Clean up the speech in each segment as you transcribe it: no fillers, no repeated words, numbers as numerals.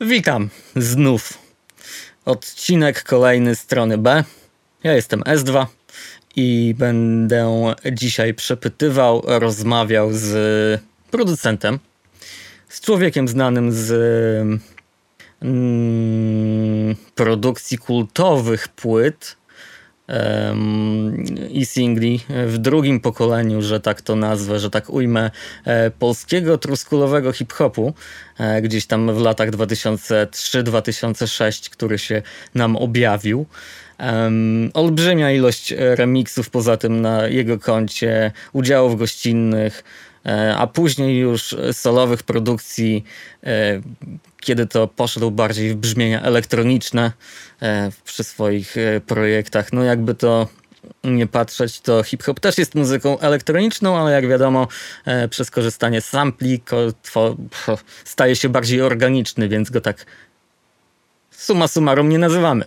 Witam znów. Odcinek kolejny strony B. Ja jestem S2 i będę dzisiaj przepytywał, rozmawiał z producentem, z człowiekiem znanym z produkcji kultowych płyt i singli w drugim pokoleniu, że tak to nazwę, że tak ujmę, polskiego truskulowego hip-hopu, gdzieś tam w latach 2003-2006, który się nam objawił. Olbrzymia ilość remixów poza tym na jego koncie, udziałów gościnnych, a później już solowych produkcji, kiedy to poszedł bardziej w brzmienia elektroniczne przy swoich projektach. No jakby to nie patrzeć, to hip-hop też jest muzyką elektroniczną, ale jak wiadomo, przez korzystanie z sampli staje się bardziej organiczny, więc go tak summa summarum nie nazywamy.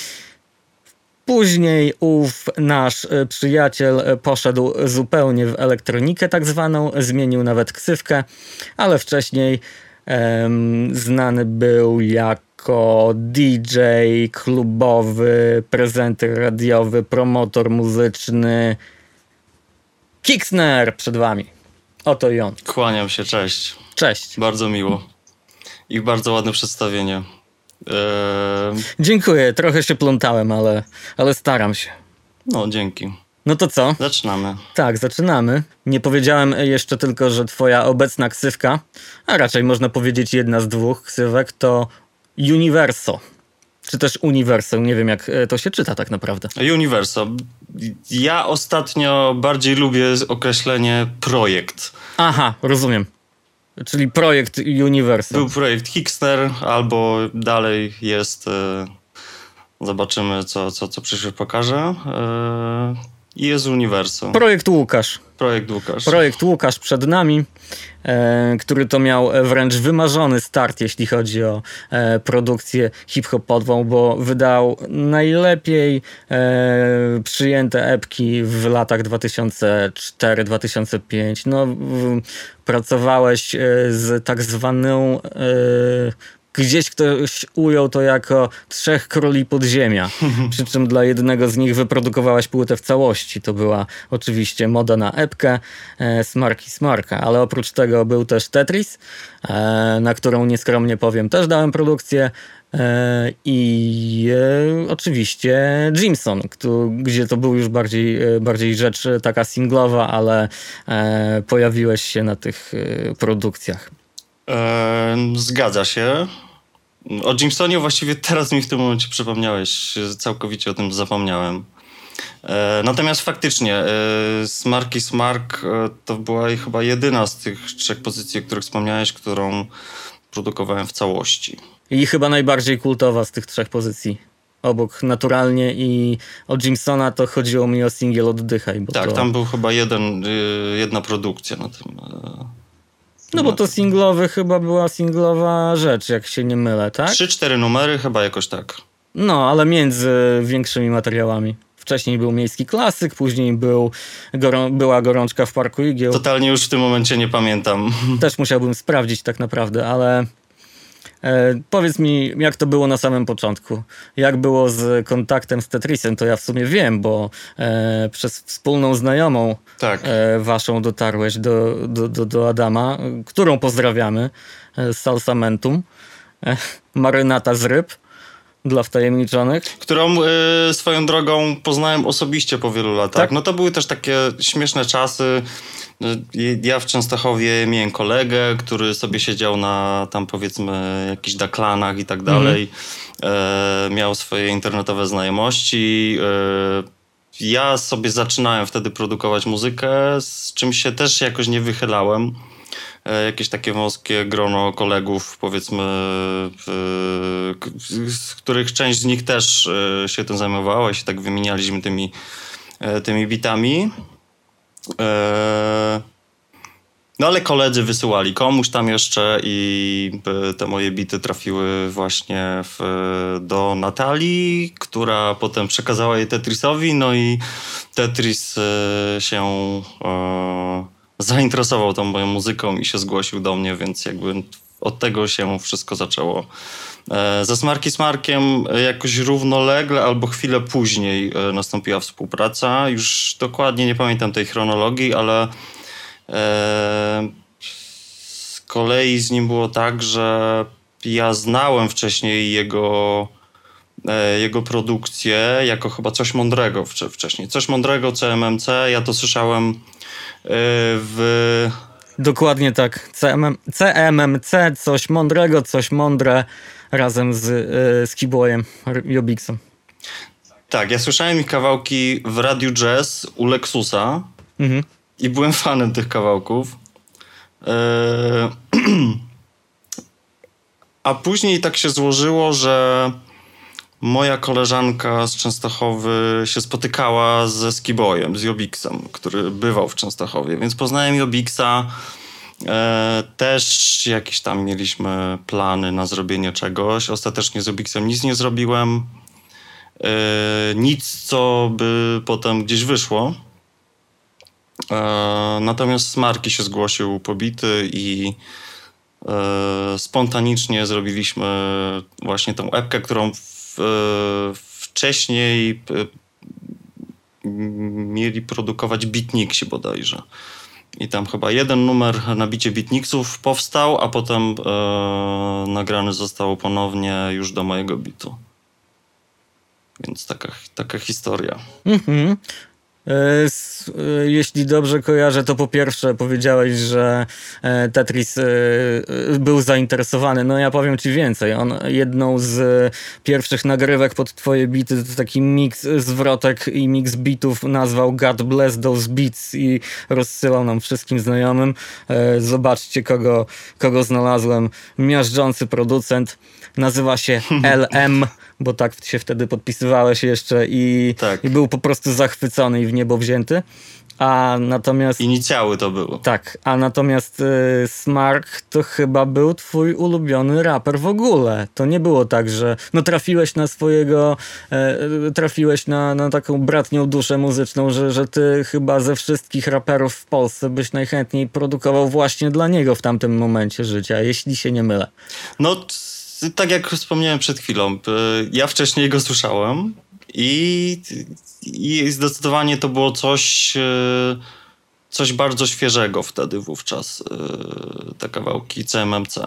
Później ów nasz przyjaciel poszedł zupełnie w elektronikę tak zwaną, zmienił nawet ksywkę, ale wcześniej znany był jako DJ klubowy, prezenter radiowy, promotor muzyczny. Kiksner przed wami. Oto i on. Kłaniam się, cześć. Cześć. Bardzo miło. I bardzo ładne przedstawienie. Dziękuję, trochę się plątałem, ale staram się. No, dzięki. No to co? Zaczynamy. Tak, zaczynamy. Nie powiedziałem jeszcze tylko, że twoja obecna ksywka, a raczej można powiedzieć jedna z dwóch ksywek, to Universo. Czy też Universo, nie wiem jak to się czyta tak naprawdę. Universo. Ja ostatnio bardziej lubię określenie projekt. Aha, rozumiem. Czyli projekt Universo. Był projekt Kiksner, albo dalej jest... zobaczymy, co przyszłość pokaże. I jest Universo. Projekt Łukasz. Projekt Łukasz przed nami, który to miał wręcz wymarzony start, jeśli chodzi o produkcję hip-hopową, bo wydał najlepiej przyjęte epki w latach 2004-2005. No, pracowałeś z tak zwaną... Gdzieś ktoś ujął to jako Trzech Króli Podziemia, przy czym dla jednego z nich wyprodukowałaś płytę w całości. To była oczywiście moda na epkę Smarki Smarka, ale oprócz tego był też Tetris, na którą nieskromnie powiem też dałem produkcję, i oczywiście Jimson, gdzie to był już bardziej rzecz taka singlowa, ale pojawiłeś się na tych produkcjach. Zgadza się. O Jimsonie właściwie teraz mi w tym momencie przypomniałeś. Całkowicie o tym zapomniałem. Natomiast faktycznie Smarki Smark to była chyba jedyna z tych trzech pozycji, o których wspomniałeś, którą produkowałem w całości. I chyba najbardziej kultowa z tych trzech pozycji. Obok Naturalnie i o Jimsona to chodziło mi o singiel Oddychaj. Bo tak, to... tam był chyba jedna produkcja na tym. No bo to chyba była singlowa rzecz, jak się nie mylę, tak? 3-4 numery chyba jakoś tak. No, ale między większymi materiałami. Wcześniej był Miejski Klasyk, później była Gorączka w Parku Igieł. Totalnie już w tym momencie nie pamiętam. Też musiałbym sprawdzić tak naprawdę, ale powiedz mi, jak to było na samym początku? Jak było z kontaktem z Tetrisem? To ja w sumie wiem, bo przez wspólną znajomą waszą dotarłeś do Adama, którą pozdrawiamy, z Salsamentum, marynata z ryb. Dla wtajemniczonych. Którą swoją drogą poznałem osobiście po wielu latach. Tak? No to były też takie śmieszne czasy. Ja w Częstochowie miałem kolegę, który sobie siedział na tam powiedzmy jakichś daklanach i tak dalej. Miał swoje internetowe znajomości. Ja sobie zaczynałem wtedy produkować muzykę, z czym się też jakoś nie wychylałem. Jakieś takie wąskie grono kolegów, powiedzmy, z których część z nich też się tym zajmowała i się tak wymienialiśmy tymi bitami. No ale koledzy wysyłali komuś tam jeszcze i te moje bity trafiły właśnie do Natalii, która potem przekazała je Tetrisowi, no i Tetris się zainteresował tą moją muzyką i się zgłosił do mnie, więc jakby od tego się wszystko zaczęło. Ze Smarkiem jakoś równolegle albo chwilę później nastąpiła współpraca. Już dokładnie nie pamiętam tej chronologii, ale z kolei z nim było tak, że ja znałem wcześniej jego produkcję jako chyba Coś Mądrego wcześniej. Coś Mądrego, CMMC, ja to słyszałem w... Dokładnie tak. CMMC, Coś Mądrego, Coś Mądre razem z Keyboyem Jobbixem. Tak, ja słyszałem ich kawałki w Radiu Jazz u Lexusa i byłem fanem tych kawałków. A później tak się złożyło, że moja koleżanka z Częstochowy się spotykała ze Skiboyem, z Jobbixem, który bywał w Częstochowie, więc poznałem Jobbixa. Też jakieś tam mieliśmy plany na zrobienie czegoś. Ostatecznie z Jobbixem nic nie zrobiłem. Nic, co by potem gdzieś wyszło. Natomiast Smarki się zgłosił pobity i spontanicznie zrobiliśmy właśnie tą epkę, którą wcześniej mieli produkować Beatniksi bodajże. I tam chyba jeden numer na bicie Beatniksów powstał, a potem nagrany został ponownie już do mojego bitu. Więc taka historia. Jeśli dobrze kojarzę, to po pierwsze powiedziałeś, że Tetris był zainteresowany. No ja powiem ci więcej. On jedną z pierwszych nagrywek pod twoje bity to taki miks zwrotek i miks bitów nazwał God Bless Those Beats i rozsyłał nam wszystkim znajomym. Zobaczcie, kogo znalazłem. Miażdżący producent. Nazywa się LM, bo tak się wtedy podpisywałeś jeszcze i był po prostu zachwycony i w niebo wzięty. A natomiast... Inicjały to było. Tak, a natomiast Smark to chyba był twój ulubiony raper w ogóle. To nie było tak, że no trafiłeś na swojego, trafiłeś na taką bratnią duszę muzyczną, że ty chyba ze wszystkich raperów w Polsce byś najchętniej produkował właśnie dla niego w tamtym momencie życia, jeśli się nie mylę. No, tak jak wspomniałem przed chwilą, ja wcześniej go słyszałem i zdecydowanie to było coś bardzo świeżego wtedy wówczas, te kawałki CMMC.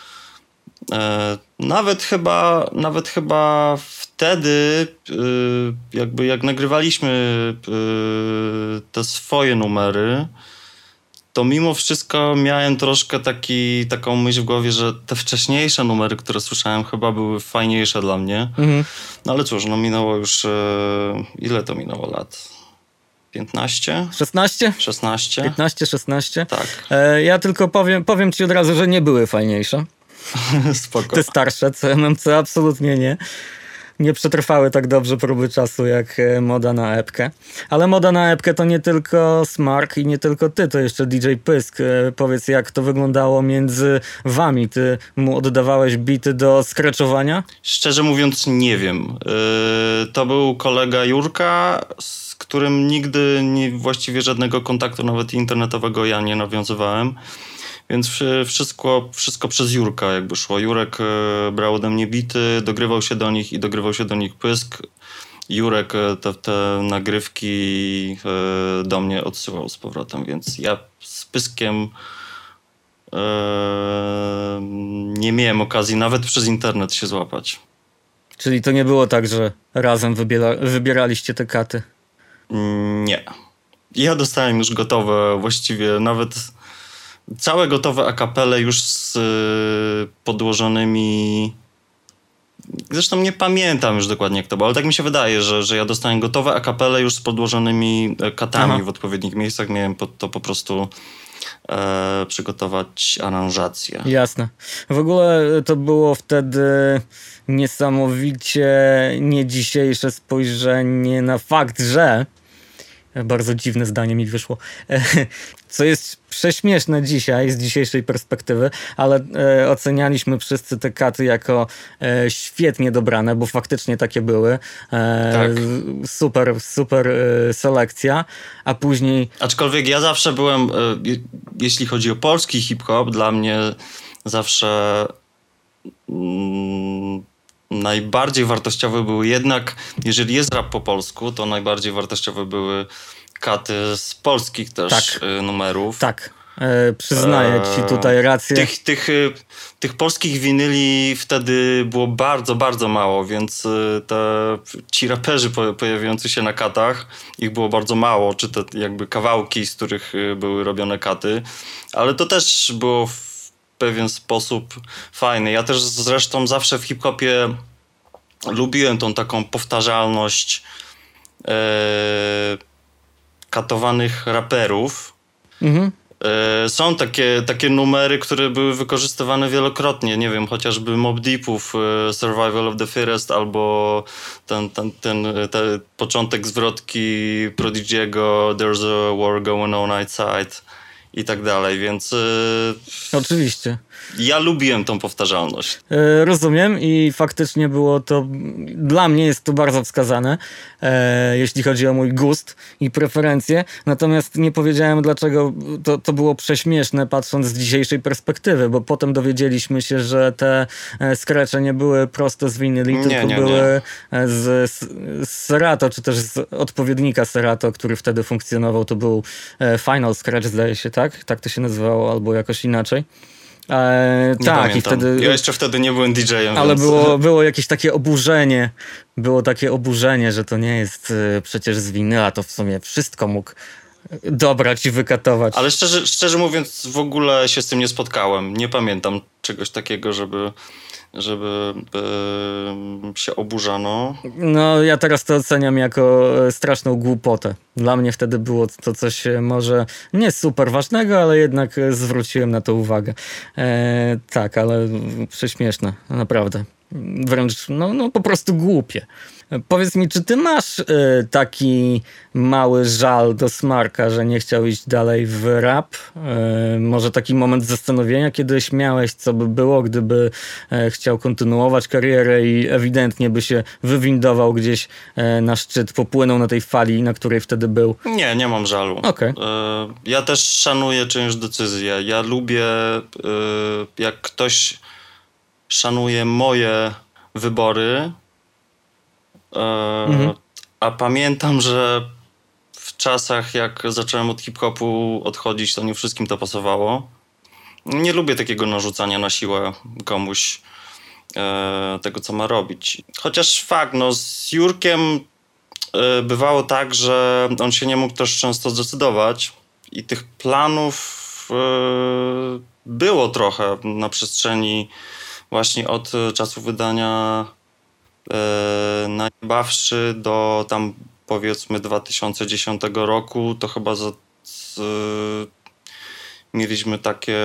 Nawet chyba wtedy, jakby jak nagrywaliśmy te swoje numery, to mimo wszystko miałem troszkę taką myśl w głowie, że te wcześniejsze numery, które słyszałem, chyba były fajniejsze dla mnie. No ale cóż, no minęło już... ile to minęło lat? 15? 16? 16? 15, 16? Tak. Ja tylko powiem ci od razu, że nie były fajniejsze. Spoko. Te starsze CMMC absolutnie nie. Nie przetrwały tak dobrze próby czasu jak moda na epkę. Ale moda na epkę to nie tylko Smark i nie tylko ty, to jeszcze DJ Pysk. Powiedz, jak to wyglądało między wami? Ty mu oddawałeś bity do skreczowania? Szczerze mówiąc nie wiem. To był kolega Jurka, z którym nigdy właściwie żadnego kontaktu nawet internetowego ja nie nawiązywałem. Więc wszystko przez Jurka jakby szło. Jurek brał ode mnie bity, dogrywał się do nich i dogrywał się do nich Pysk. Jurek te nagrywki do mnie odsyłał z powrotem, więc ja z Pyskiem nie miałem okazji nawet przez internet się złapać. Czyli to nie było tak, że razem wybieraliście te katy? Nie. Ja dostałem już gotowe, właściwie nawet... Całe gotowe a cappelle już z podłożonymi... Zresztą nie pamiętam już dokładnie jak to było, ale tak mi się wydaje, że ja dostałem gotowe a cappelle już z podłożonymi katami w odpowiednich miejscach. Miałem to po prostu przygotować aranżację. Jasne. W ogóle to było wtedy niesamowicie nie dzisiejsze spojrzenie na fakt, że... Bardzo dziwne zdanie mi wyszło. Co jest prześmieszne dzisiaj, z dzisiejszej perspektywy, ale ocenialiśmy wszyscy te katy jako świetnie dobrane, bo faktycznie takie były. Tak. Super selekcja, a później... Aczkolwiek ja zawsze byłem, jeśli chodzi o polski hip-hop, dla mnie zawsze najbardziej wartościowe były jednak, jeżeli jest rap po polsku, to najbardziej wartościowe były katy z polskich też numerów. Tak. Przyznaję ci tutaj rację. Tych polskich winyli wtedy było bardzo, bardzo mało, więc ci raperzy pojawiający się na katach, ich było bardzo mało, czy te jakby kawałki, z których były robione katy, ale to też było w pewien sposób fajne. Ja też zresztą zawsze w hip-hopie lubiłem tą taką powtarzalność katowanych raperów. Mhm. Są takie numery, które były wykorzystywane wielokrotnie. Nie wiem, chociażby Mobb Deepów Survival of the Fittest albo ten początek zwrotki Prodigy'ego There's a war going on outside i tak dalej, więc oczywiście. Ja lubiłem tą powtarzalność. Rozumiem i faktycznie było to, dla mnie jest to bardzo wskazane, jeśli chodzi o mój gust i preferencje, natomiast nie powiedziałem, dlaczego to było prześmieszne, patrząc z dzisiejszej perspektywy, bo potem dowiedzieliśmy się, że te scratche nie były prosto z winyli, tylko były z Serato, czy też z odpowiednika Serato, który wtedy funkcjonował, to był Final Scratch, zdaje się, tak? Tak to się nazywało, albo jakoś inaczej. Tak, i wtedy. Ja jeszcze wtedy nie byłem DJ-em. Ale więc... było jakieś takie oburzenie. Było takie oburzenie, że to nie jest przecież z winyla, to w sumie wszystko mógł dobrać i wykatować. Ale szczerze mówiąc, w ogóle się z tym nie spotkałem. Nie pamiętam czegoś takiego, żeby się oburzano. No, ja teraz to oceniam jako straszną głupotę. Dla mnie wtedy było to coś może nie super ważnego, ale jednak zwróciłem na to uwagę. Tak, ale prześmieszne, naprawdę. Wręcz, no po prostu głupie. Powiedz mi, czy ty masz taki mały żal do Smarka, że nie chciał iść dalej w rap? Może taki moment zastanowienia kiedyś miałeś, co by było, gdyby chciał kontynuować karierę i ewidentnie by się wywindował gdzieś na szczyt, popłynął na tej fali, na której wtedy był? Nie mam żalu. Okay. Ja też szanuję czyjąś decyzję. Ja lubię, jak ktoś szanuje moje wybory, a pamiętam, że w czasach, jak zacząłem od hip-hopu odchodzić, to nie wszystkim to pasowało. Nie lubię takiego narzucania na siłę komuś tego, co ma robić. Chociaż fakt, z Jurkiem bywało tak, że on się nie mógł też często zdecydować i tych planów było trochę na przestrzeni właśnie od czasu wydania Najbawszy do tam powiedzmy 2010 roku, to chyba mieliśmy takie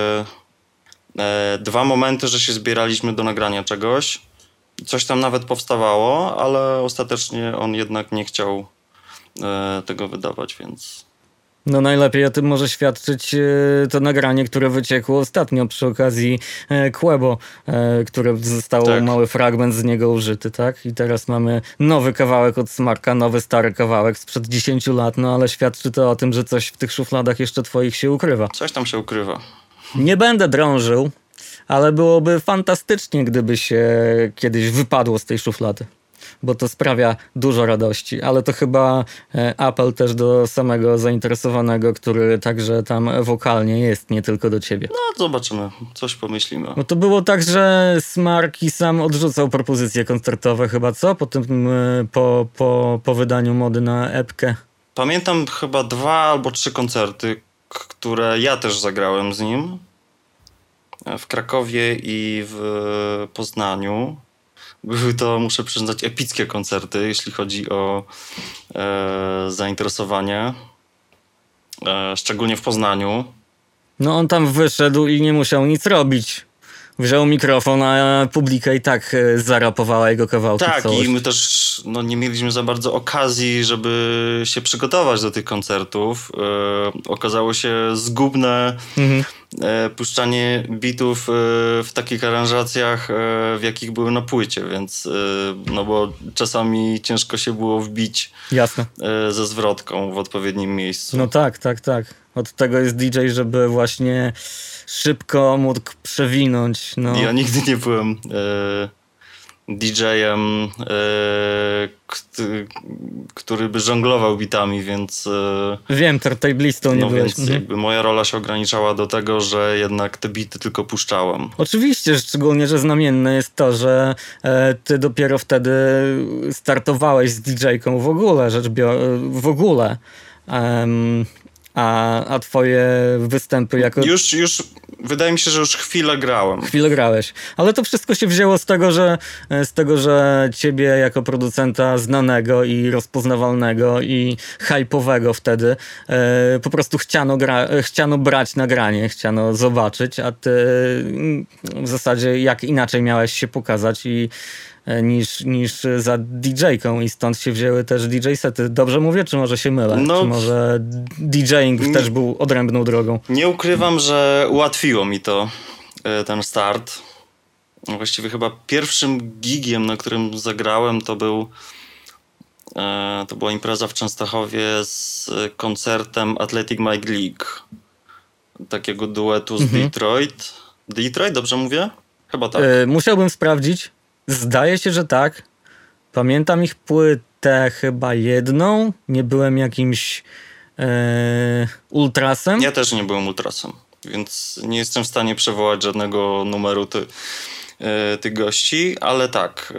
2 momenty, że się zbieraliśmy do nagrania czegoś. Coś tam nawet powstawało, ale ostatecznie on jednak nie chciał tego wydawać, więc... No najlepiej o tym może świadczyć to nagranie, które wyciekło ostatnio przy okazji Quebo, które zostało mały fragment z niego użyty, tak? I teraz mamy nowy kawałek od Smarka, nowy stary kawałek sprzed 10 lat, no ale świadczy to o tym, że coś w tych szufladach jeszcze twoich się ukrywa. Coś tam się ukrywa. Nie będę drążył, ale byłoby fantastycznie, gdyby się kiedyś wypadło z tej szuflady. Bo to sprawia dużo radości, ale to chyba apel też do samego zainteresowanego, który także tam wokalnie jest, nie tylko do ciebie. No, zobaczymy, coś pomyślimy. No to było tak, że Smark i sam odrzucał propozycje koncertowe chyba, co? Po tym, po wydaniu Mody na epkę. Pamiętam chyba 2 albo 3 koncerty, które ja też zagrałem z nim. W Krakowie i w Poznaniu. Były to, muszę przyznać, epickie koncerty, jeśli chodzi o zainteresowanie. Szczególnie w Poznaniu. No on tam wyszedł i nie musiał nic robić. Wziął mikrofon, a publika i tak zarapowała jego kawałki. Tak, i my też nie mieliśmy za bardzo okazji, żeby się przygotować do tych koncertów. Okazało się zgubne puszczanie bitów w takich aranżacjach, w jakich były na płycie, więc no bo czasami ciężko się było wbić Jasne. Ze zwrotką w odpowiednim miejscu. No tak. Od tego jest DJ, żeby właśnie szybko mógł przewinąć. No. Ja nigdy nie byłem DJ-em, który by żonglował bitami, więc... Wiem, turntablistą nie byłeś. Więc jakby moja rola się ograniczała do tego, że jednak te bity tylko puszczałem. Oczywiście, szczególnie, że znamienne jest to, że ty dopiero wtedy startowałeś z DJ-ką w ogóle, w ogóle. A twoje występy jako... Już wydaje mi się, że już chwilę grałem. Chwilę grałeś. Ale to wszystko się wzięło z tego, że ciebie jako producenta znanego i rozpoznawalnego i hype'owego wtedy po prostu chciano brać nagranie, chciano zobaczyć, a ty w zasadzie jak inaczej miałeś się pokazać niż za DJ-ką i stąd się wzięły też DJ-sety. Dobrze mówię, czy może się mylę? No, czy może DJing też był odrębną drogą? Nie ukrywam, że ułatwiło mi to ten start. Właściwie chyba pierwszym gigiem, na którym zagrałem, to była impreza w Częstochowie z koncertem Athletic Mike League. Takiego duetu z Detroit. Detroit, dobrze mówię? Chyba tak. Musiałbym sprawdzić. Zdaje się, że tak. Pamiętam ich płytę chyba jedną. Nie byłem jakimś ultrasem. Ja też nie byłem ultrasem, więc nie jestem w stanie przywołać żadnego numeru tych gości, ale tak.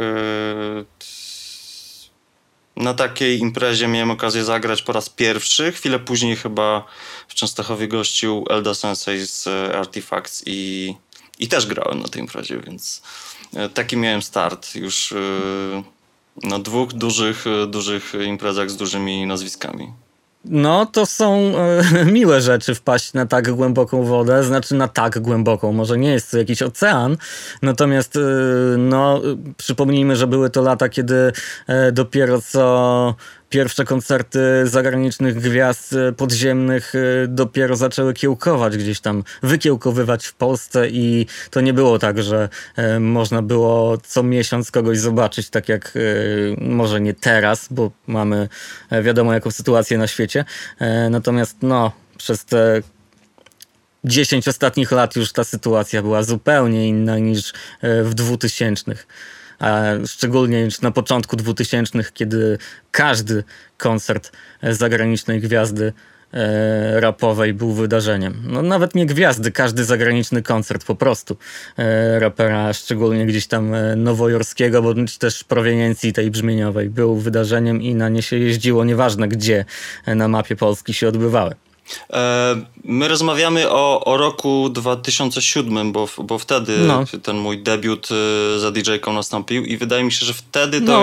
Na takiej imprezie miałem okazję zagrać po raz pierwszy. Chwilę później chyba w Częstochowie gościł Elda Sensei z Artifacts i też grałem na tej imprezie, więc taki miałem start już na dwóch dużych imprezach z dużymi nazwiskami. No, to są miłe rzeczy wpaść na tak głęboką wodę, znaczy na tak głęboką, może nie jest to jakiś ocean, natomiast no, przypomnijmy, że były to lata, kiedy dopiero co pierwsze koncerty zagranicznych gwiazd podziemnych dopiero zaczęły kiełkować gdzieś tam, wykiełkowywać w Polsce i to nie było tak, że można było co miesiąc kogoś zobaczyć, tak jak może nie teraz, bo mamy wiadomo jaką sytuację na świecie. Natomiast no, przez te 10 ostatnich lat już ta sytuacja była zupełnie inna niż w 2000-tych. A szczególnie już na początku 2000-tych, kiedy każdy koncert zagranicznej gwiazdy rapowej był wydarzeniem. No nawet nie gwiazdy, każdy zagraniczny koncert po prostu rapera, szczególnie gdzieś tam nowojorskiego, bądź też proweniencji tej brzmieniowej, był wydarzeniem i na nie się jeździło, nieważne gdzie na mapie Polski się odbywały. My rozmawiamy o roku 2007, bo wtedy ten mój debiut za DJ-ką nastąpił i wydaje mi się, że wtedy to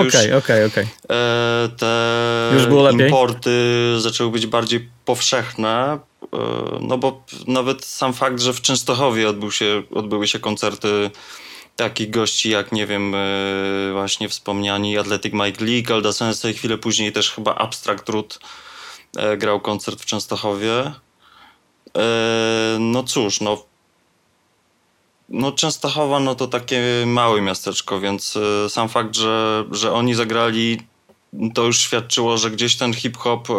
te już było lepiej? Importy zaczęły być bardziej powszechne, no bo nawet sam fakt, że w Częstochowie odbyły się koncerty takich gości jak, nie wiem, właśnie wspomniani Athletic Mike League, Elda Sensei, chwilę później też chyba Abstract Root grał koncert w Częstochowie. No cóż, no Częstochowa no to takie małe miasteczko, więc sam fakt, że oni zagrali, to już świadczyło, że gdzieś ten hip-hop,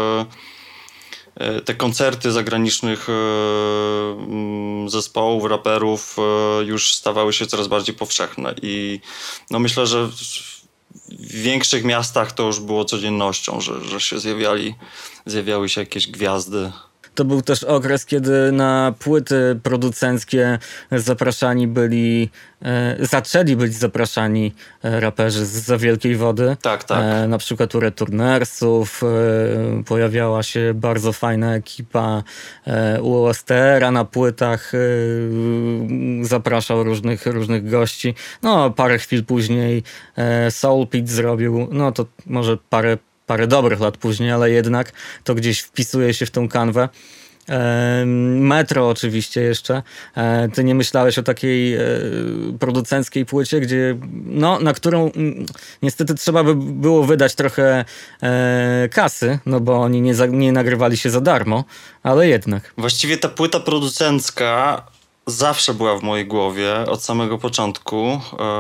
te koncerty zagranicznych zespołów, raperów już stawały się coraz bardziej powszechne i no myślę, że w większych miastach to już było codziennością, że się zjawiały się jakieś gwiazdy. To był też okres, kiedy na płyty producenckie zaczęli być zapraszani raperzy zza wielkiej wody. Tak. Na przykład u Returnersów pojawiała się bardzo fajna ekipa, u OSTR-a na płytach zapraszał różnych gości. No, parę chwil później Soul Pit zrobił, no to może parę dobrych lat później, ale jednak to gdzieś wpisuje się w tą kanwę. Metro oczywiście jeszcze. Ty nie myślałeś o takiej producenckiej płycie, gdzie, no, na którą niestety trzeba by było wydać trochę kasy, no bo oni nie nagrywali się za darmo, ale jednak. Właściwie ta płyta producencka zawsze była w mojej głowie od samego początku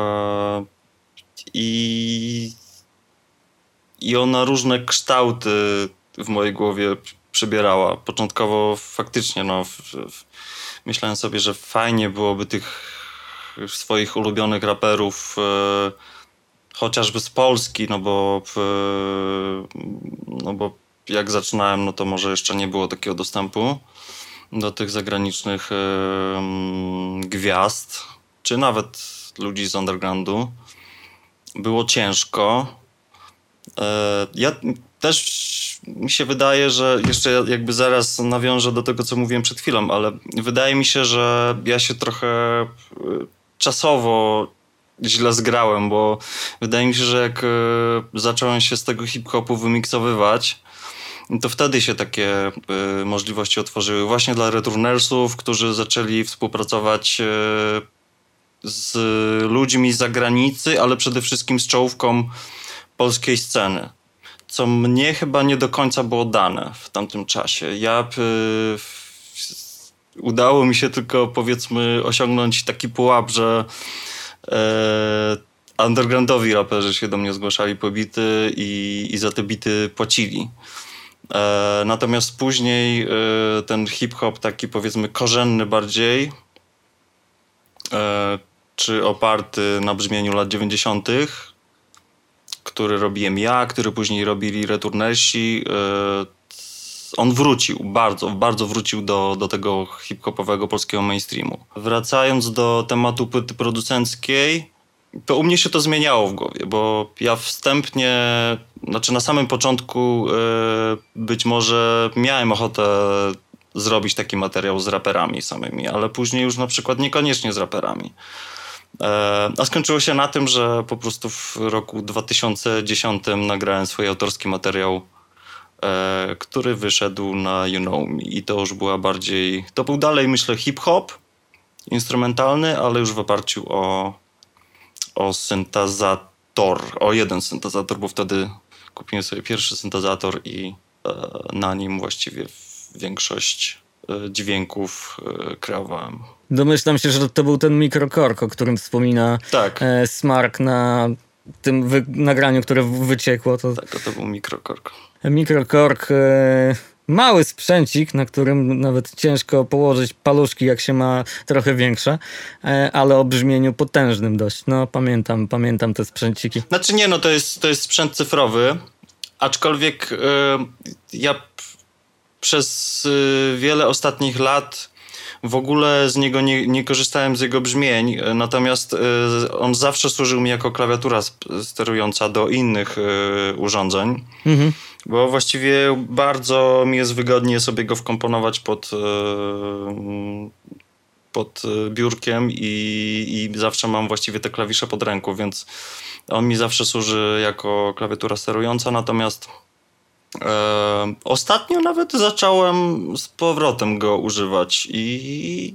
i ona różne kształty w mojej głowie przybierała. Początkowo faktycznie myślałem sobie, że fajnie byłoby tych swoich ulubionych raperów chociażby z Polski, no bo jak zaczynałem, no to może jeszcze nie było takiego dostępu do tych zagranicznych gwiazd, czy nawet ludzi z undergroundu. Było ciężko. Ja też mi się wydaje, że jeszcze jakby zaraz nawiążę do tego, co mówiłem przed chwilą, ale wydaje mi się, że ja się trochę czasowo źle zgrałem, bo wydaje mi się, że jak zacząłem się z tego hip-hopu wymiksowywać, to wtedy się takie możliwości otworzyły właśnie dla returnersów, którzy zaczęli współpracować z ludźmi z zagranicy, ale przede wszystkim z czołówką polskiej sceny, co mnie chyba nie do końca było dane w tamtym czasie. Udało mi się tylko, powiedzmy, osiągnąć taki pułap, że undergroundowi raperzy się do mnie zgłaszali po bity i za te bity płacili. Natomiast później ten hip-hop taki, powiedzmy, korzenny bardziej, czy oparty na brzmieniu lat 90., który robiłem ja, który później robili returnersi, on wrócił, bardzo wrócił do tego hip-hopowego polskiego mainstreamu. Wracając do tematu płyty producenckiej, to u mnie się to zmieniało w głowie, bo ja wstępnie, znaczy na samym początku być może miałem ochotę zrobić taki materiał z raperami samymi, ale później już na przykład niekoniecznie z raperami. A skończyło się na tym, że po prostu w roku 2010 nagrałem swój autorski materiał, który wyszedł na You Know Me i to już była bardziej, to był dalej, myślę, hip-hop instrumentalny, ale już w oparciu o syntezator, o jeden syntezator, bo wtedy kupiłem sobie pierwszy syntezator i na nim właściwie większość dźwięków kreowałem. Domyślam się, że to był ten mikrokork, o którym wspomina tak. Smark na tym nagraniu, które wyciekło. Tak, to był mikrokork. Mikrokork, mały sprzęcik, na którym nawet ciężko położyć paluszki, jak się ma trochę większe, ale o brzmieniu potężnym dość. No pamiętam te sprzęciki. Znaczy nie, no to jest sprzęt cyfrowy, aczkolwiek ja przez wiele ostatnich lat w ogóle z niego nie korzystałem z jego brzmień, natomiast on zawsze służył mi jako klawiatura sterująca do innych urządzeń, bo właściwie bardzo mi jest wygodnie sobie go wkomponować pod biurkiem i zawsze mam właściwie te klawisze pod ręką, więc on mi zawsze służy jako klawiatura sterująca, natomiast ostatnio nawet zacząłem z powrotem go używać i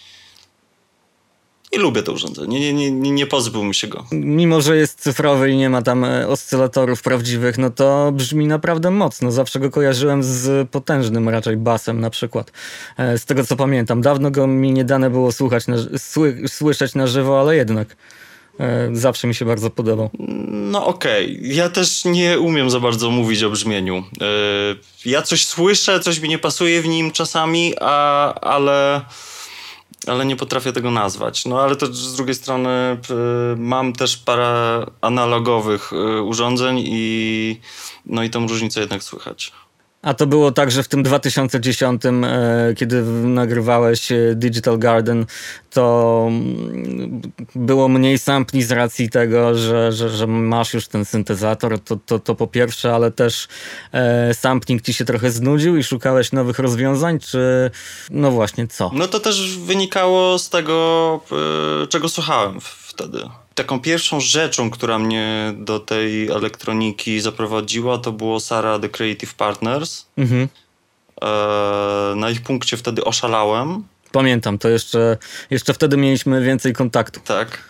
lubię to urządzenie. Nie pozbyłbym się go. Mimo że jest cyfrowy i nie ma tam oscylatorów prawdziwych, no to brzmi naprawdę mocno. Zawsze go kojarzyłem z potężnym raczej basem na przykład. Z tego co pamiętam. Dawno go mi nie dane było słyszeć na żywo, ale jednak zawsze mi się bardzo podobał. No okej. Ja też nie umiem za bardzo mówić o brzmieniu. Ja coś słyszę, coś mi nie pasuje w nim czasami, ale nie potrafię tego nazwać. No ale to z drugiej strony mam też parę analogowych urządzeń i tą różnicę jednak słychać. A to było tak, że w tym 2010, kiedy nagrywałeś Digital Garden, to było mniej sampli z racji tego, że masz już ten syntezator, to po pierwsze, ale też sampling ci się trochę znudził i szukałeś nowych rozwiązań, czy no właśnie co? No to też wynikało z tego, czego słuchałem wtedy. Taką pierwszą rzeczą, która mnie do tej elektroniki zaprowadziła, to było Sara The Creative Partners. Na ich punkcie wtedy oszalałem. Pamiętam, to jeszcze wtedy mieliśmy więcej kontaktu. Tak.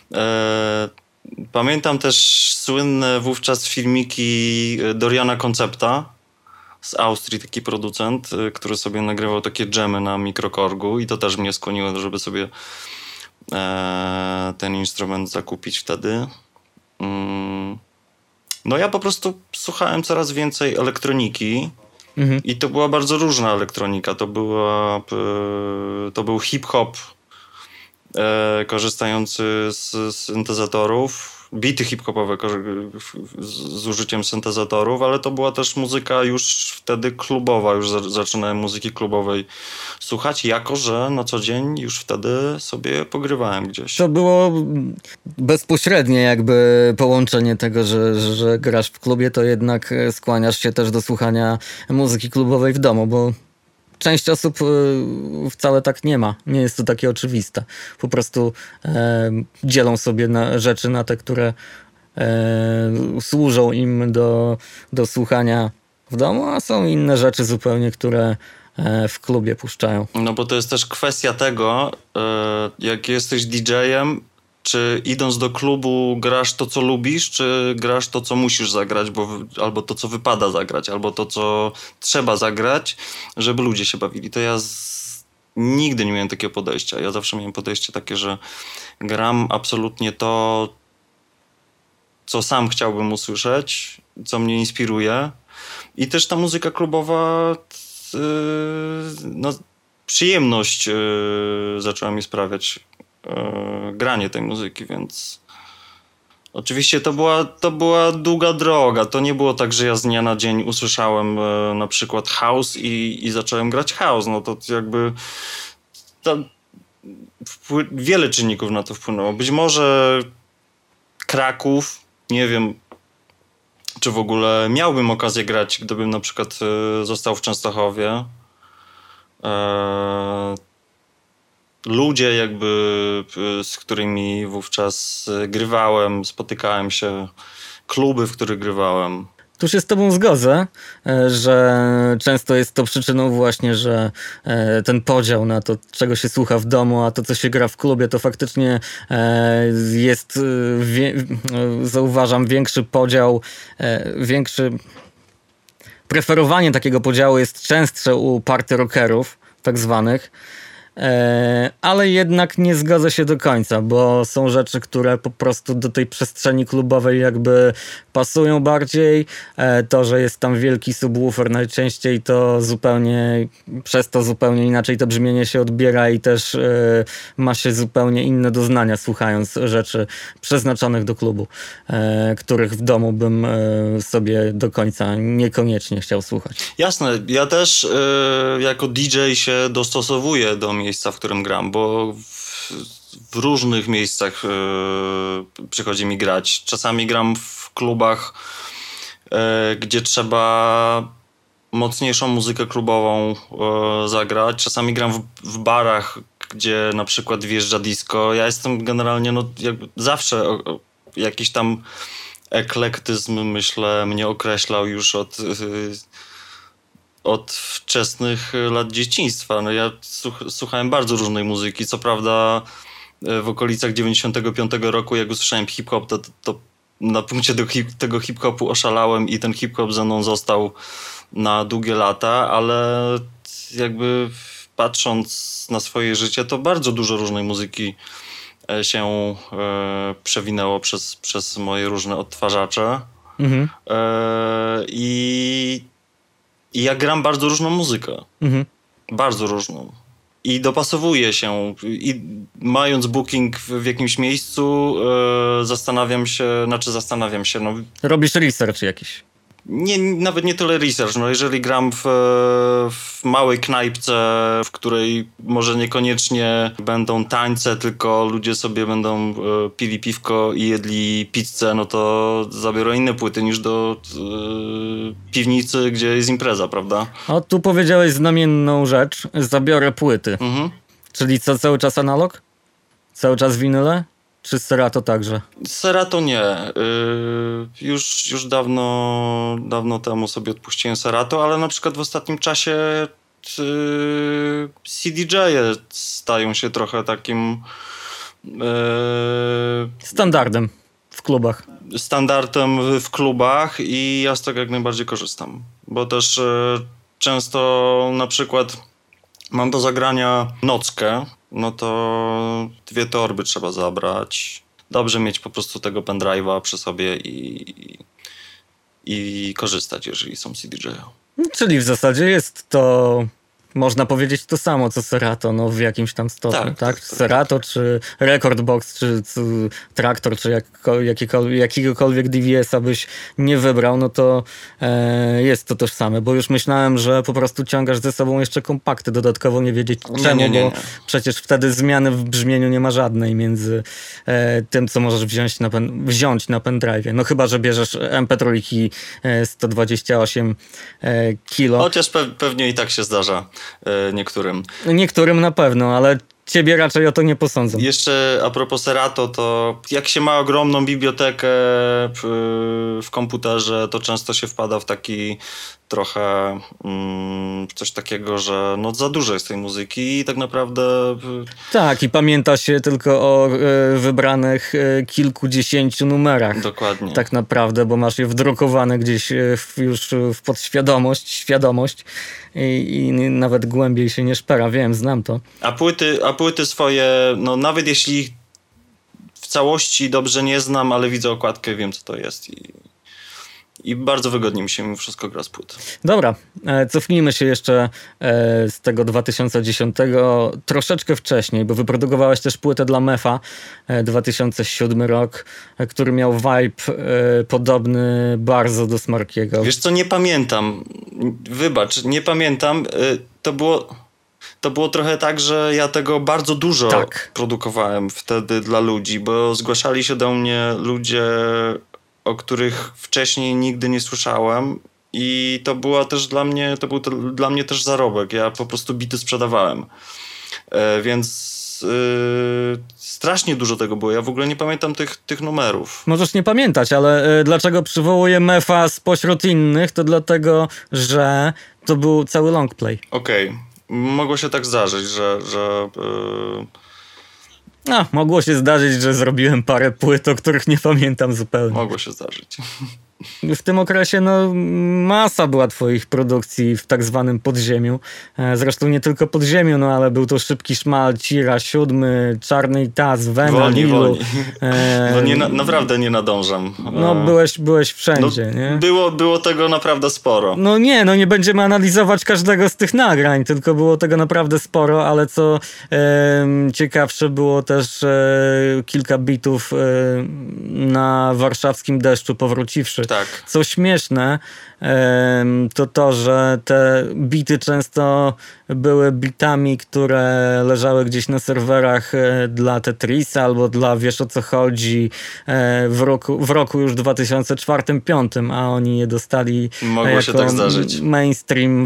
Pamiętam też słynne wówczas filmiki Doriana Concepta z Austrii, taki producent, który sobie nagrywał takie dżemy na mikrokorgu i to też mnie skłoniło, żeby sobie ten instrument zakupić wtedy. No ja po prostu słuchałem coraz więcej elektroniki i to była bardzo różna elektronika. To był hip-hop korzystający z syntezatorów, bity hip-hopowe z użyciem syntezatorów, ale to była też muzyka już wtedy klubowa, już zaczynałem muzyki klubowej słuchać, jako że na co dzień już wtedy sobie pogrywałem gdzieś. To było bezpośrednie jakby połączenie tego, że grasz w klubie, to jednak skłaniasz się też do słuchania muzyki klubowej w domu, bo część osób wcale tak nie ma. Nie jest to takie oczywiste. Po prostu dzielą sobie rzeczy na te, które służą im do słuchania w domu, a są inne rzeczy zupełnie, które w klubie puszczają. No bo to jest też kwestia tego, jak jesteś DJ-em, czy idąc do klubu grasz to, co lubisz, czy grasz to, co musisz zagrać, albo to, co wypada zagrać, albo to, co trzeba zagrać, żeby ludzie się bawili. To ja nigdy nie miałem takiego podejścia. Ja zawsze miałem podejście takie, że gram absolutnie to, co sam chciałbym usłyszeć, co mnie inspiruje. I też ta muzyka klubowa, no, przyjemność zaczęła mi sprawiać granie tej muzyki, więc oczywiście to była długa droga. To nie było tak, że ja z dnia na dzień usłyszałem na przykład house i zacząłem grać house. No to jakby wiele czynników na to wpłynęło. Być może Kraków, nie wiem, czy w ogóle miałbym okazję grać, gdybym na przykład został w Częstochowie. Ludzie jakby, z którymi wówczas grywałem, spotykałem się, kluby, w których grywałem. Tu się z tobą zgodzę, że często jest to przyczyną właśnie, że ten podział na to, czego się słucha w domu, a to, co się gra w klubie, to faktycznie jest, zauważam, większy podział, preferowanie takiego podziału jest częstsze u party rockerów, tak zwanych. Ale jednak nie zgodzę się do końca, bo są rzeczy, które po prostu do tej przestrzeni klubowej jakby pasują bardziej. To, że jest tam wielki subwoofer najczęściej, to przez to zupełnie inaczej to brzmienie się odbiera i też ma się zupełnie inne doznania słuchając rzeczy przeznaczonych do klubu, których w domu bym sobie do końca niekoniecznie chciał słuchać. Jasne, ja też jako DJ się dostosowuję do miejsca, w którym gram, bo w różnych miejscach przychodzi mi grać. Czasami gram w klubach, gdzie trzeba mocniejszą muzykę klubową zagrać. Czasami gram w barach, gdzie na przykład wjeżdża disco. Ja jestem generalnie jakby zawsze jakiś tam eklektyzm, myślę, mnie określał już od wczesnych lat dzieciństwa. No ja słuchałem bardzo różnej muzyki. Co prawda w okolicach 95 roku, jak usłyszałem hip-hop, to na punkcie tego hip-hopu oszalałem i ten hip-hop ze mną został na długie lata, ale jakby patrząc na swoje życie, to bardzo dużo różnej muzyki się przewinęło przez moje różne odtwarzacze. I ja gram bardzo różną muzykę. Bardzo różną. I dopasowuję się. I mając booking w jakimś miejscu, zastanawiam się. No, robisz research jakiś? Nawet nie tyle research. No, jeżeli gram w małej knajpce, w której może niekoniecznie będą tańce, tylko ludzie sobie będą pili piwko i jedli pizzę, no to zabiorę inne płyty niż do piwnicy, gdzie jest impreza, prawda? O, tu powiedziałeś znamienną rzecz. Zabiorę płyty. Czyli co, cały czas analog? Cały czas winyle? Czy Serato także? Serato nie. Już dawno temu sobie odpuściłem Serato, ale na przykład w ostatnim czasie CDJ-e stają się trochę takim Standardem w klubach. Standardem w klubach i ja z tego jak najbardziej korzystam. Bo też często na przykład mam do zagrania nockę, no to 2 torby trzeba zabrać. Dobrze mieć po prostu tego pendrive'a przy sobie i korzystać, jeżeli są CDJ. Czyli w zasadzie jest to, można powiedzieć, to samo co Serato, no w jakimś tam stopniu, tak? Serato, czy Recordbox, czy Traktor, czy jakiegokolwiek DVS-a byś nie wybrał, no to jest to tożsame, bo już myślałem, że po prostu ciągasz ze sobą jeszcze kompakty, dodatkowo nie wiedzieć czemu, nie. bo przecież wtedy zmiany w brzmieniu nie ma żadnej między tym, co możesz wziąć na pendrive'ie. No chyba, że bierzesz MP3 128 kilo. Chociaż pewnie i tak się zdarza niektórym. Niektórym na pewno, ale ciebie raczej o to nie posądzą. Jeszcze a propos Serato, to jak się ma ogromną bibliotekę w komputerze, to często się wpada w taki trochę coś takiego, że no za dużo jest tej muzyki i tak naprawdę... Tak, i pamięta się tylko o wybranych kilkudziesięciu numerach. Dokładnie. Tak naprawdę, bo masz je wdrukowane gdzieś już w podświadomość, świadomość i nawet głębiej się nie szpera. Wiem, znam to. A płyty swoje, no nawet jeśli w całości dobrze nie znam, ale widzę okładkę, wiem co to jest i bardzo wygodnie mi się mimo wszystko gra z płyt. Dobra, cofnijmy się jeszcze z tego 2010 troszeczkę wcześniej, bo wyprodukowałeś też płytę dla Mefa, 2007 rok, który miał vibe podobny bardzo do Smarkiego. Wiesz co, nie pamiętam. Wybacz, nie pamiętam. To było trochę tak, że ja tego bardzo dużo produkowałem wtedy dla ludzi, bo zgłaszali się do mnie ludzie, o których wcześniej nigdy nie słyszałem i to był dla mnie też zarobek. Ja po prostu bity sprzedawałem. Więc strasznie dużo tego było. Ja w ogóle nie pamiętam tych numerów. Możesz nie pamiętać, ale dlaczego przywołuję Mefa spośród innych, to dlatego, że to był cały longplay. Okej. Mogło się tak zdarzyć, że mogło się zdarzyć, że zrobiłem parę płyt, o których nie pamiętam zupełnie. Mogło się zdarzyć. W tym okresie masa była twoich produkcji w tak zwanym podziemiu. Zresztą nie tylko podziemiu, ale był to Szybki Szmal, Cira, 7, Czarny Taz, Wena, Lilu. Bo naprawdę nie nadążam. Byłeś wszędzie, nie? Było tego naprawdę sporo. Nie będziemy analizować każdego z tych nagrań, tylko było tego naprawdę sporo, ale co ciekawsze, było też kilka bitów na warszawskim deszczu powróciwszy. Tak. Co śmieszne, to, że te bity często były bitami, które leżały gdzieś na serwerach dla Tetrisa albo dla Wiesz o co chodzi w roku już 2004-2005, a oni je dostali Mogło się tak zdarzyć. Mainstream,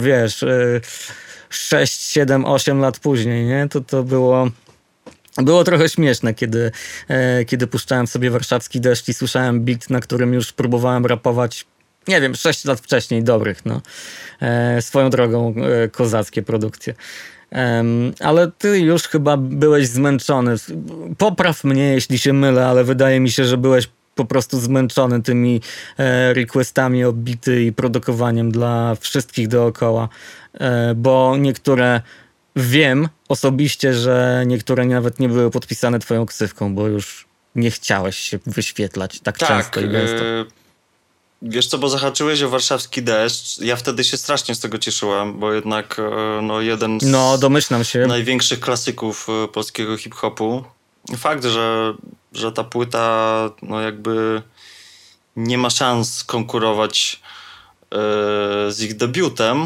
6, 7, 8 lat później, nie? To było trochę śmieszne, kiedy puszczałem sobie Warszawski Deszcz i słyszałem beat, na którym już próbowałem rapować, 6 lat wcześniej dobrych, swoją drogą kozackie produkcje. Ale ty już chyba byłeś zmęczony. Popraw mnie, jeśli się mylę, ale wydaje mi się, że byłeś po prostu zmęczony tymi requestami o bity i produkowaniem dla wszystkich dookoła, bo niektóre... Wiem osobiście, że niektóre nawet nie były podpisane twoją ksywką, bo już nie chciałeś się wyświetlać tak często i gęsto. Wiesz co, bo zahaczyłeś o Warszawski Deszcz. Ja wtedy się strasznie z tego cieszyłem, bo jednak jeden z domyślam się. największych klasyków polskiego hip-hopu. Fakt, że ta płyta jakby nie ma szans konkurować z ich debiutem,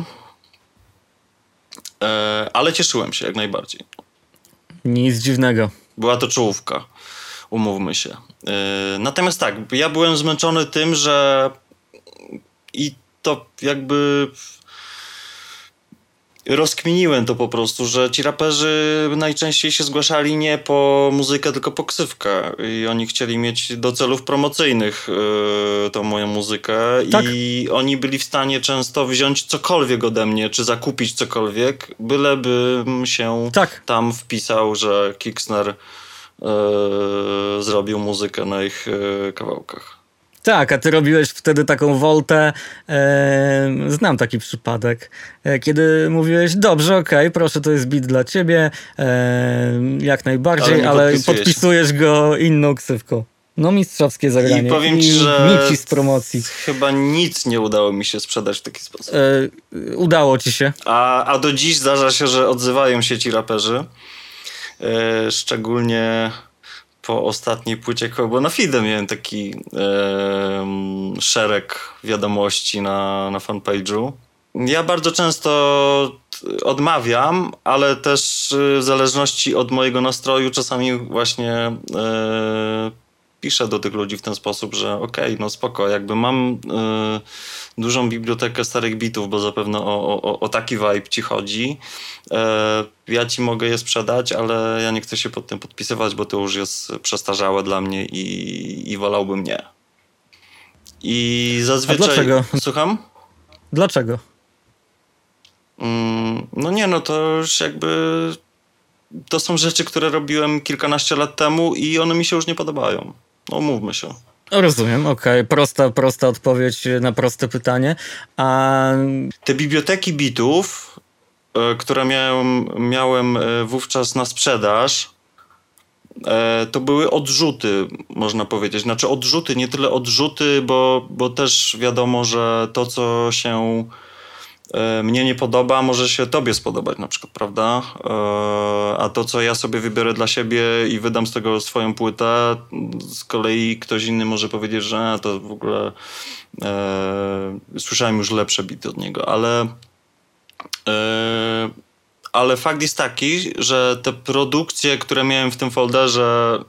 ale cieszyłem się jak najbardziej. Nic dziwnego. Była to czołówka, umówmy się. Natomiast tak, ja byłem zmęczony tym, że i to jakby rozkminiłem to po prostu, że ci raperzy najczęściej się zgłaszali nie po muzykę, tylko po ksywkę. I oni chcieli mieć do celów promocyjnych tą moją muzykę. Tak. I oni byli w stanie często wziąć cokolwiek ode mnie, czy zakupić cokolwiek, bylebym się tam wpisał, że Kixner zrobił muzykę na ich kawałkach. Tak, a ty robiłeś wtedy taką woltę, znam taki przypadek, kiedy mówiłeś, dobrze, okej, proszę, to jest beat dla ciebie, jak najbardziej, ale podpisujesz go inną ksywką. No mistrzowskie zagranie. I powiem ci, że nic z promocji. Chyba nic nie udało mi się sprzedać w taki sposób. Udało ci się. A do dziś zdarza się, że odzywają się ci raperzy, szczególnie po ostatniej płycie, bo na feedzie miałem taki szereg wiadomości na fanpage'u. Ja bardzo często odmawiam, ale też w zależności od mojego nastroju czasami właśnie piszę do tych ludzi w ten sposób, że okej, no spoko, jakby mam dużą bibliotekę starych bitów, bo zapewne o taki vibe ci chodzi. Ja ci mogę je sprzedać, ale ja nie chcę się pod tym podpisywać, bo to już jest przestarzałe dla mnie i wolałbym nie. I zazwyczaj... A dlaczego? Słucham? Dlaczego? No nie, no to już jakby... To są rzeczy, które robiłem kilkanaście lat temu i one mi się już nie podobają. No mówmy się. Rozumiem, okej. Prosta odpowiedź na proste pytanie. A... Te biblioteki bitów, które miałem wówczas na sprzedaż, to były odrzuty, można powiedzieć. Znaczy odrzuty, nie tyle odrzuty, bo też wiadomo, że to, co się mnie nie podoba, może się tobie spodobać na przykład, prawda? A to, co ja sobie wybiorę dla siebie i wydam z tego swoją płytę, z kolei ktoś inny może powiedzieć, że to w ogóle słyszałem już lepsze bity od niego, ale fakt jest taki, że te produkcje, które miałem w tym folderze,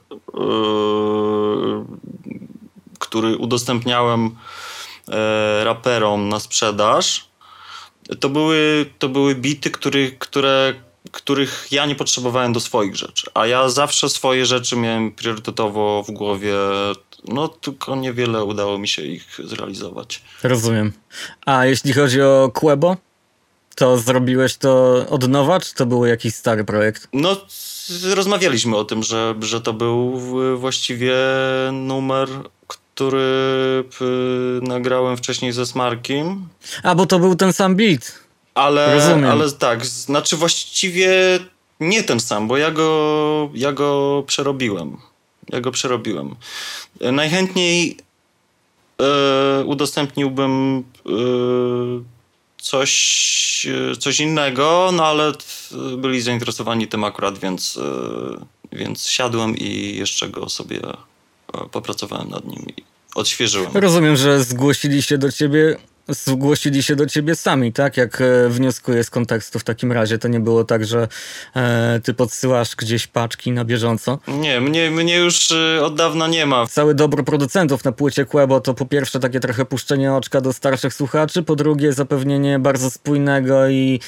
który udostępniałem raperom na sprzedaż, to były bity, których ja nie potrzebowałem do swoich rzeczy. A ja zawsze swoje rzeczy miałem priorytetowo w głowie, no tylko niewiele udało mi się ich zrealizować. Rozumiem. A jeśli chodzi o Quebo, to zrobiłeś to od nowa, czy to był jakiś stary projekt? No, rozmawialiśmy o tym, że to był właściwie numer, który nagrałem wcześniej ze Smarkiem. A, bo to był ten sam beat. Ale tak, znaczy właściwie nie ten sam, bo ja go przerobiłem. Najchętniej udostępniłbym coś innego, no ale byli zainteresowani tym akurat, więc siadłem i jeszcze go sobie popracowałem nad nim i odświeżyłem. Rozumiem, że zgłosili się do ciebie sami, tak? Jak wnioskuję z kontekstu w takim razie. To nie było tak, że ty podsyłasz gdzieś paczki na bieżąco. Nie, mnie już od dawna nie ma. Cały dobór producentów na płycie Quebo to po pierwsze takie trochę puszczenie oczka do starszych słuchaczy, po drugie zapewnienie bardzo spójnego i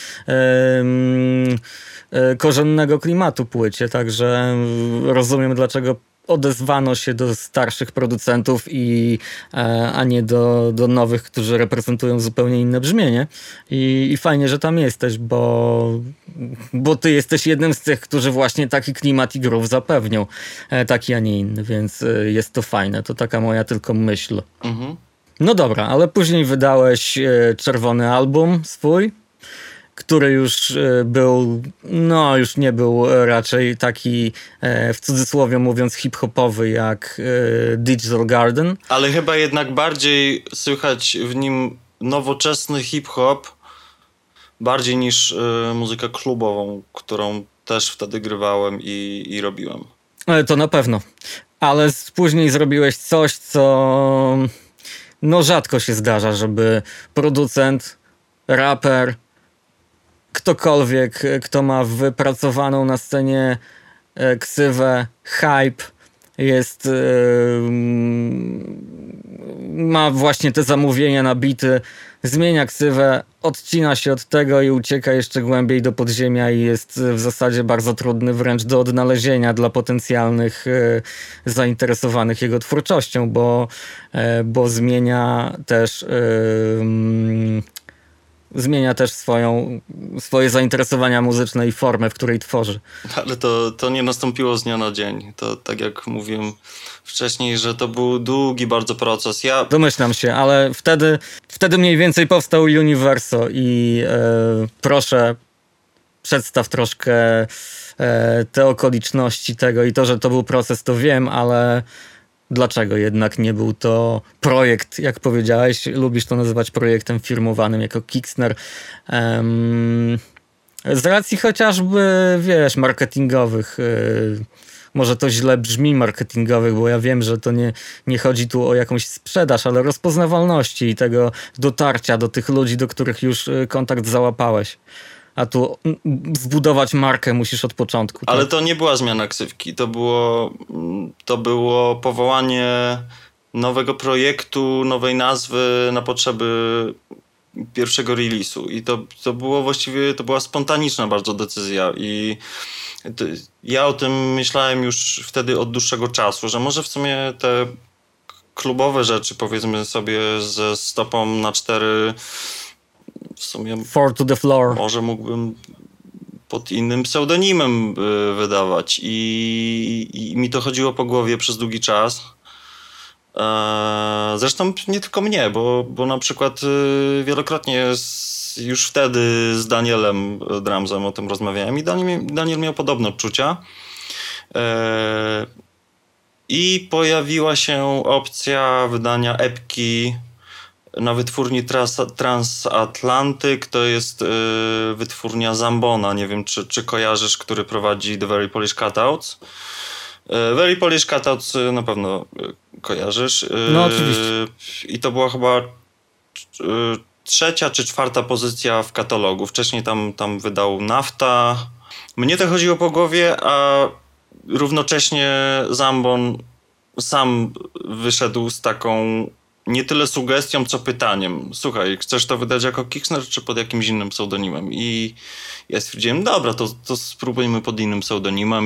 korzennego klimatu płycie, także rozumiem, dlaczego odezwano się do starszych producentów a nie do nowych, którzy reprezentują zupełnie inne brzmienie. I fajnie, że tam jesteś, bo ty jesteś jednym z tych, którzy właśnie taki klimat i groove zapewnią. Taki, a nie inny, więc jest to fajne. To taka moja tylko myśl. Mhm. No dobra, ale później wydałeś czerwony album swój, który już był, no już nie był raczej taki, w cudzysłowie mówiąc, hip-hopowy jak Digital Garden. Ale chyba jednak bardziej słychać w nim nowoczesny hip-hop, bardziej niż muzykę klubową, którą też wtedy grywałem i robiłem. To na pewno. Ale później zrobiłeś coś, co no rzadko się zdarza, żeby producent, raper, ktokolwiek, kto ma wypracowaną na scenie ksywę, hype, jest ma właśnie te zamówienia na bity, zmienia ksywę, odcina się od tego i ucieka jeszcze głębiej do podziemia i jest w zasadzie bardzo trudny wręcz do odnalezienia dla potencjalnych zainteresowanych jego twórczością, bo zmienia też swoje zainteresowania muzyczne i formę, w której tworzy. Ale to nie nastąpiło z dnia na dzień. To tak jak mówiłem wcześniej, że to był długi bardzo proces. Domyślam się, ale wtedy mniej więcej powstał Universo i proszę, przedstaw troszkę te okoliczności tego i to, że to był proces, to wiem, ale dlaczego jednak nie był to projekt, jak powiedziałeś, lubisz to nazywać projektem firmowanym jako Kickstarter, z racji chociażby, wiesz, marketingowych, może to źle brzmi marketingowych, bo ja wiem, że to nie chodzi tu o jakąś sprzedaż, ale rozpoznawalności i tego dotarcia do tych ludzi, do których już kontakt załapałeś. A tu zbudować markę musisz od początku. Ale tak? to nie była zmiana ksywki. To było powołanie nowego projektu, nowej nazwy na potrzeby pierwszego release'u. I to było właściwie, to była spontaniczna bardzo decyzja. I ja o tym myślałem już wtedy od dłuższego czasu, że może w sumie te klubowe rzeczy, powiedzmy sobie, ze stopą na 4, w sumie 4 to the floor. może mógłbym pod innym pseudonimem wydawać i mi to chodziło po głowie przez długi czas. Zresztą nie tylko mnie, bo na przykład wielokrotnie już wtedy z Danielem Dramsem o tym rozmawiałem i Daniel miał podobne odczucia. I pojawiła się opcja wydania epki na wytwórni Transatlantyk. To jest wytwórnia Zambona. Nie wiem, czy kojarzysz, który prowadzi The Very Polish Cutouts. Very Polish Cutouts na pewno kojarzysz. No oczywiście. I to była chyba 3. czy 4. pozycja w katalogu. Wcześniej tam wydał Nafta. Mnie to chodziło po głowie, a równocześnie Zambon sam wyszedł z taką nie tyle sugestią, co pytaniem. Słuchaj, chcesz to wydać jako Kickstarter, czy pod jakimś innym pseudonimem? I ja stwierdziłem, dobra, to spróbujmy pod innym pseudonimem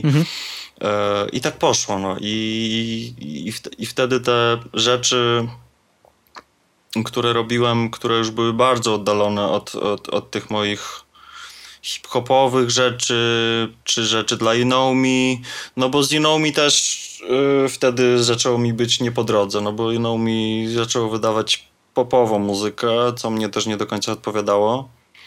i tak poszło. No. I wtedy te rzeczy, które robiłem, które już były bardzo oddalone od tych moich hip-hopowych rzeczy, czy rzeczy dla You Know Me, no bo z You Know Me też wtedy zaczęło mi być nie po drodze, no bo You Know Me zaczęło wydawać popową muzykę, co mnie też nie do końca odpowiadało.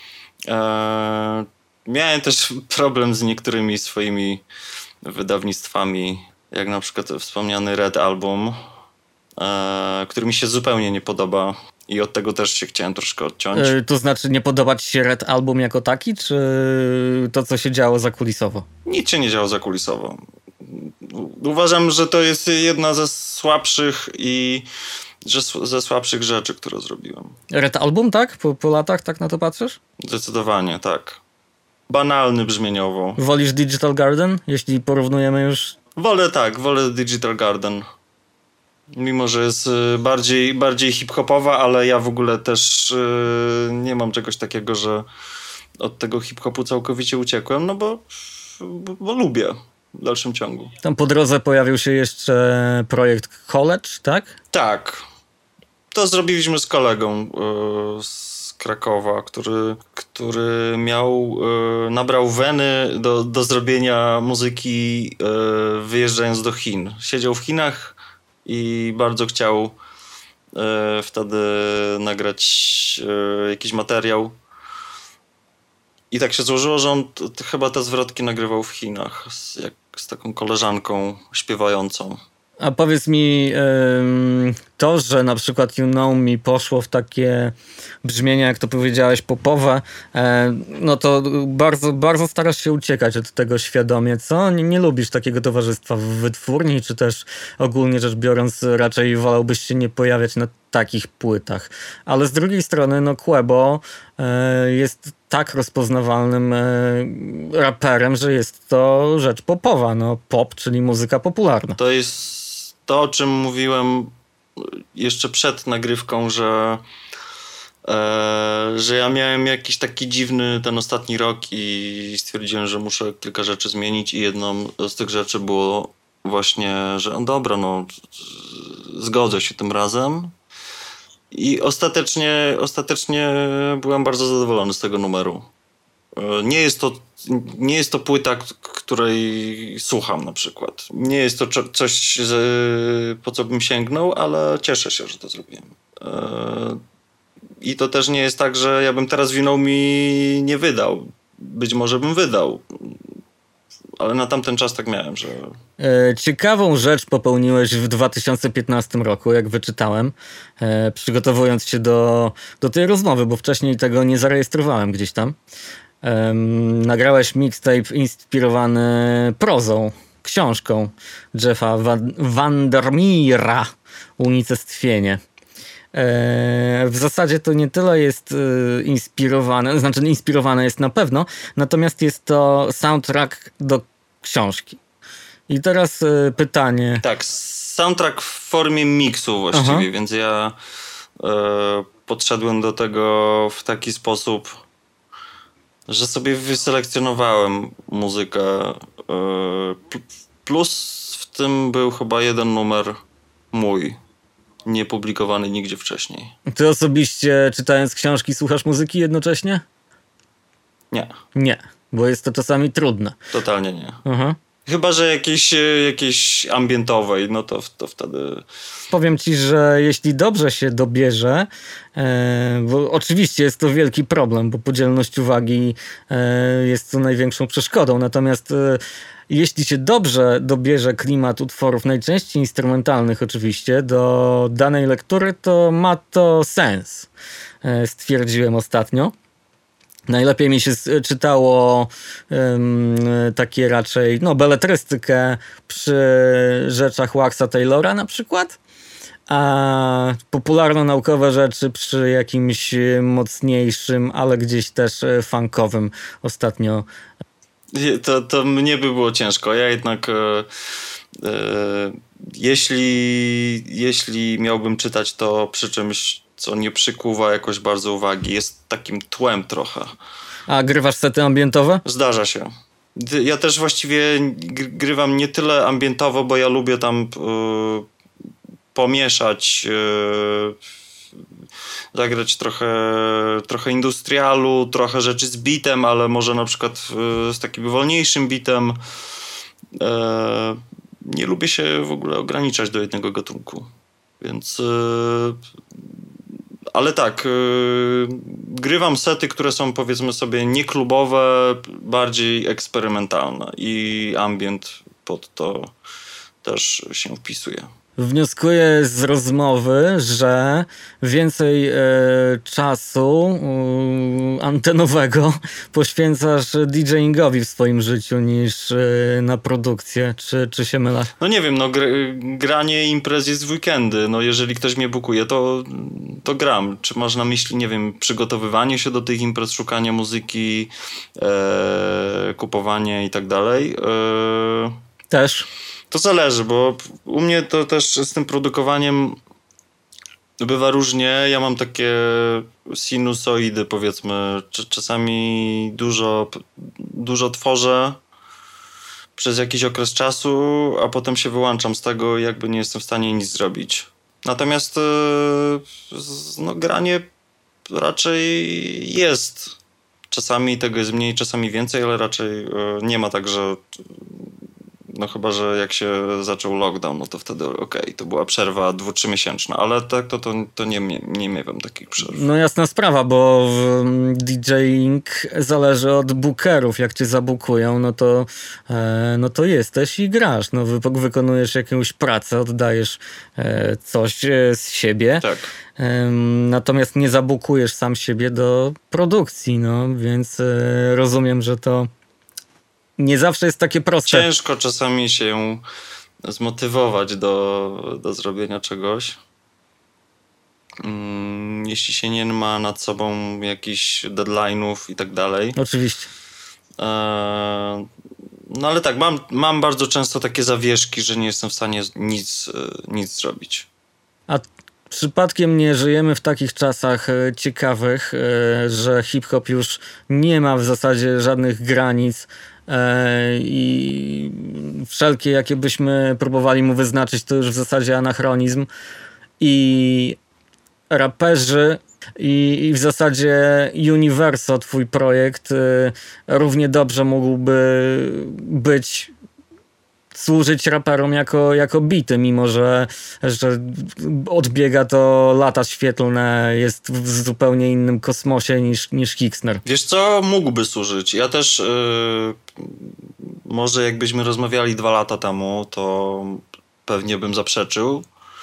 Miałem też problem z niektórymi swoimi wydawnictwami, jak na przykład wspomniany Red Album, który mi się zupełnie nie podoba i od tego też się chciałem troszkę odciąć. To znaczy nie podoba ci się Red Album jako taki, czy to, co się działo zakulisowo? Nic się nie działo zakulisowo. Uważam, że to jest jedna ze słabszych ze słabszych rzeczy, które zrobiłem. Red Album, tak? Po latach tak na to patrzysz? Zdecydowanie, tak. Banalny brzmieniowo. Wolisz Digital Garden, jeśli porównujemy już? Wolę Digital Garden. Mimo, że jest bardziej hip-hopowa, ale ja w ogóle też nie mam czegoś takiego, że od tego hip-hopu całkowicie uciekłem, no bo lubię w dalszym ciągu. Tam po drodze pojawił się jeszcze projekt College, tak? Tak. To zrobiliśmy z kolegą z Krakowa, który nabrał weny do zrobienia muzyki wyjeżdżając do Chin. Siedział w Chinach i bardzo chciał wtedy nagrać jakiś materiał. I tak się złożyło, że on chyba te zwrotki nagrywał w Chinach z taką koleżanką śpiewającą. A powiedz mi, to, że na przykład You Know Me poszło w takie brzmienia, jak to powiedziałeś, popowe, no to bardzo, bardzo starasz się uciekać od tego świadomie, co? Nie lubisz takiego towarzystwa w wytwórni, czy też ogólnie rzecz biorąc raczej wolałbyś się nie pojawiać na takich płytach. Ale z drugiej strony, no Quebo jest tak rozpoznawalnym raperem, że jest to rzecz popowa. No pop, czyli muzyka popularna. To jest to, o czym mówiłem jeszcze przed nagrywką, że ja miałem jakiś taki dziwny ten ostatni rok i stwierdziłem, że muszę kilka rzeczy zmienić i jedną z tych rzeczy było właśnie, że no dobra, no zgodzę się tym razem i ostatecznie byłem bardzo zadowolony z tego numeru. Nie jest to płyta, której słucham na przykład. Nie jest to coś, po co bym sięgnął, ale cieszę się, że to zrobiłem. I to też nie jest tak, że ja bym teraz winą mi nie wydał. Być może bym wydał. Ale na tamten czas tak miałem, że... Ciekawą rzecz popełniłeś w 2015 roku, jak wyczytałem, przygotowując się do tej rozmowy, bo wcześniej tego nie zarejestrowałem gdzieś tam. Nagrałeś mixtape inspirowany prozą, książką Jeffa Vandermeera, Unicestwienie. W zasadzie to nie tyle jest inspirowane, znaczy inspirowane jest na pewno, natomiast jest to soundtrack do książki. I teraz pytanie... Tak, soundtrack w formie miksu właściwie, więc ja podszedłem do tego w taki sposób, że sobie wyselekcjonowałem muzykę. Plus w tym był chyba jeden numer mój, niepublikowany nigdzie wcześniej. Ty osobiście, czytając książki, słuchasz muzyki jednocześnie? Nie. Nie, bo jest to czasami trudne. Totalnie nie. Aha. Chyba że jakiejś ambientowej, no to wtedy... Powiem ci, że jeśli dobrze się dobierze, bo oczywiście jest to wielki problem, bo podzielność uwagi jest tu największą przeszkodą, natomiast jeśli się dobrze dobierze klimat utworów, najczęściej instrumentalnych oczywiście, do danej lektury, to ma to sens, stwierdziłem ostatnio. Najlepiej mi się czytało takie raczej beletrystykę przy rzeczach Waxa Taylora na przykład, a popularno-naukowe rzeczy przy jakimś mocniejszym, ale gdzieś też funkowym ostatnio. To mnie by było ciężko. Ja jednak jeśli miałbym czytać to przy czymś, co nie przykuwa jakoś bardzo uwagi, jest takim tłem trochę. A grywasz sety ambientowe? Zdarza się. Ja też właściwie grywam nie tyle ambientowo, bo ja lubię tam pomieszać, zagrać trochę industrialu, trochę rzeczy z bitem, ale może na przykład z takim wolniejszym bitem. Nie lubię się w ogóle ograniczać do jednego gatunku. Więc... Ale tak, grywam sety, które są powiedzmy sobie nieklubowe, bardziej eksperymentalne i ambient pod to też się wpisuje. Wnioskuję z rozmowy, że więcej czasu antenowego poświęcasz DJingowi w swoim życiu niż na produkcję. Czy się mylę? No nie wiem, granie imprez jest w weekendy. No jeżeli ktoś mnie bukuje, to gram. Czy masz na myśli, nie wiem, przygotowywanie się do tych imprez, szukanie muzyki, kupowanie i tak dalej? Też. To zależy, bo u mnie to też z tym produkowaniem bywa różnie. Ja mam takie sinusoidy, powiedzmy. Czasami dużo tworzę przez jakiś okres czasu, a potem się wyłączam z tego i jakby nie jestem w stanie nic zrobić. Natomiast granie raczej jest. Czasami tego jest mniej, czasami więcej, ale raczej nie ma tak, że... No chyba, że jak się zaczął lockdown, no to wtedy to była przerwa 2-3 miesięczna, ale tak to nie miałem takich przerw. No jasna sprawa, bo DJing zależy od bookerów. Jak cię zabukują, no to jesteś i grasz. No, wykonujesz jakąś pracę, oddajesz coś z siebie. Tak. Natomiast nie zabukujesz sam siebie do produkcji, no więc rozumiem, że to nie zawsze jest takie proste. Ciężko czasami się zmotywować do zrobienia czegoś. Jeśli się nie ma nad sobą jakichś deadline'ów i tak dalej. Oczywiście. No ale tak, mam bardzo często takie zawieszki, że nie jestem w stanie nic zrobić. A przypadkiem nie żyjemy w takich czasach ciekawych, że hip-hop już nie ma w zasadzie żadnych granic i wszelkie, jakie byśmy próbowali mu wyznaczyć, to już w zasadzie anachronizm i raperzy i w zasadzie Universo, twój projekt, równie dobrze mógłby służyć raperom jako bity, mimo że odbiega to lata świetlne, jest w zupełnie innym kosmosie niż Kixner. Wiesz co, mógłby służyć. Ja też może jakbyśmy rozmawiali 2 lata temu, to pewnie bym zaprzeczył.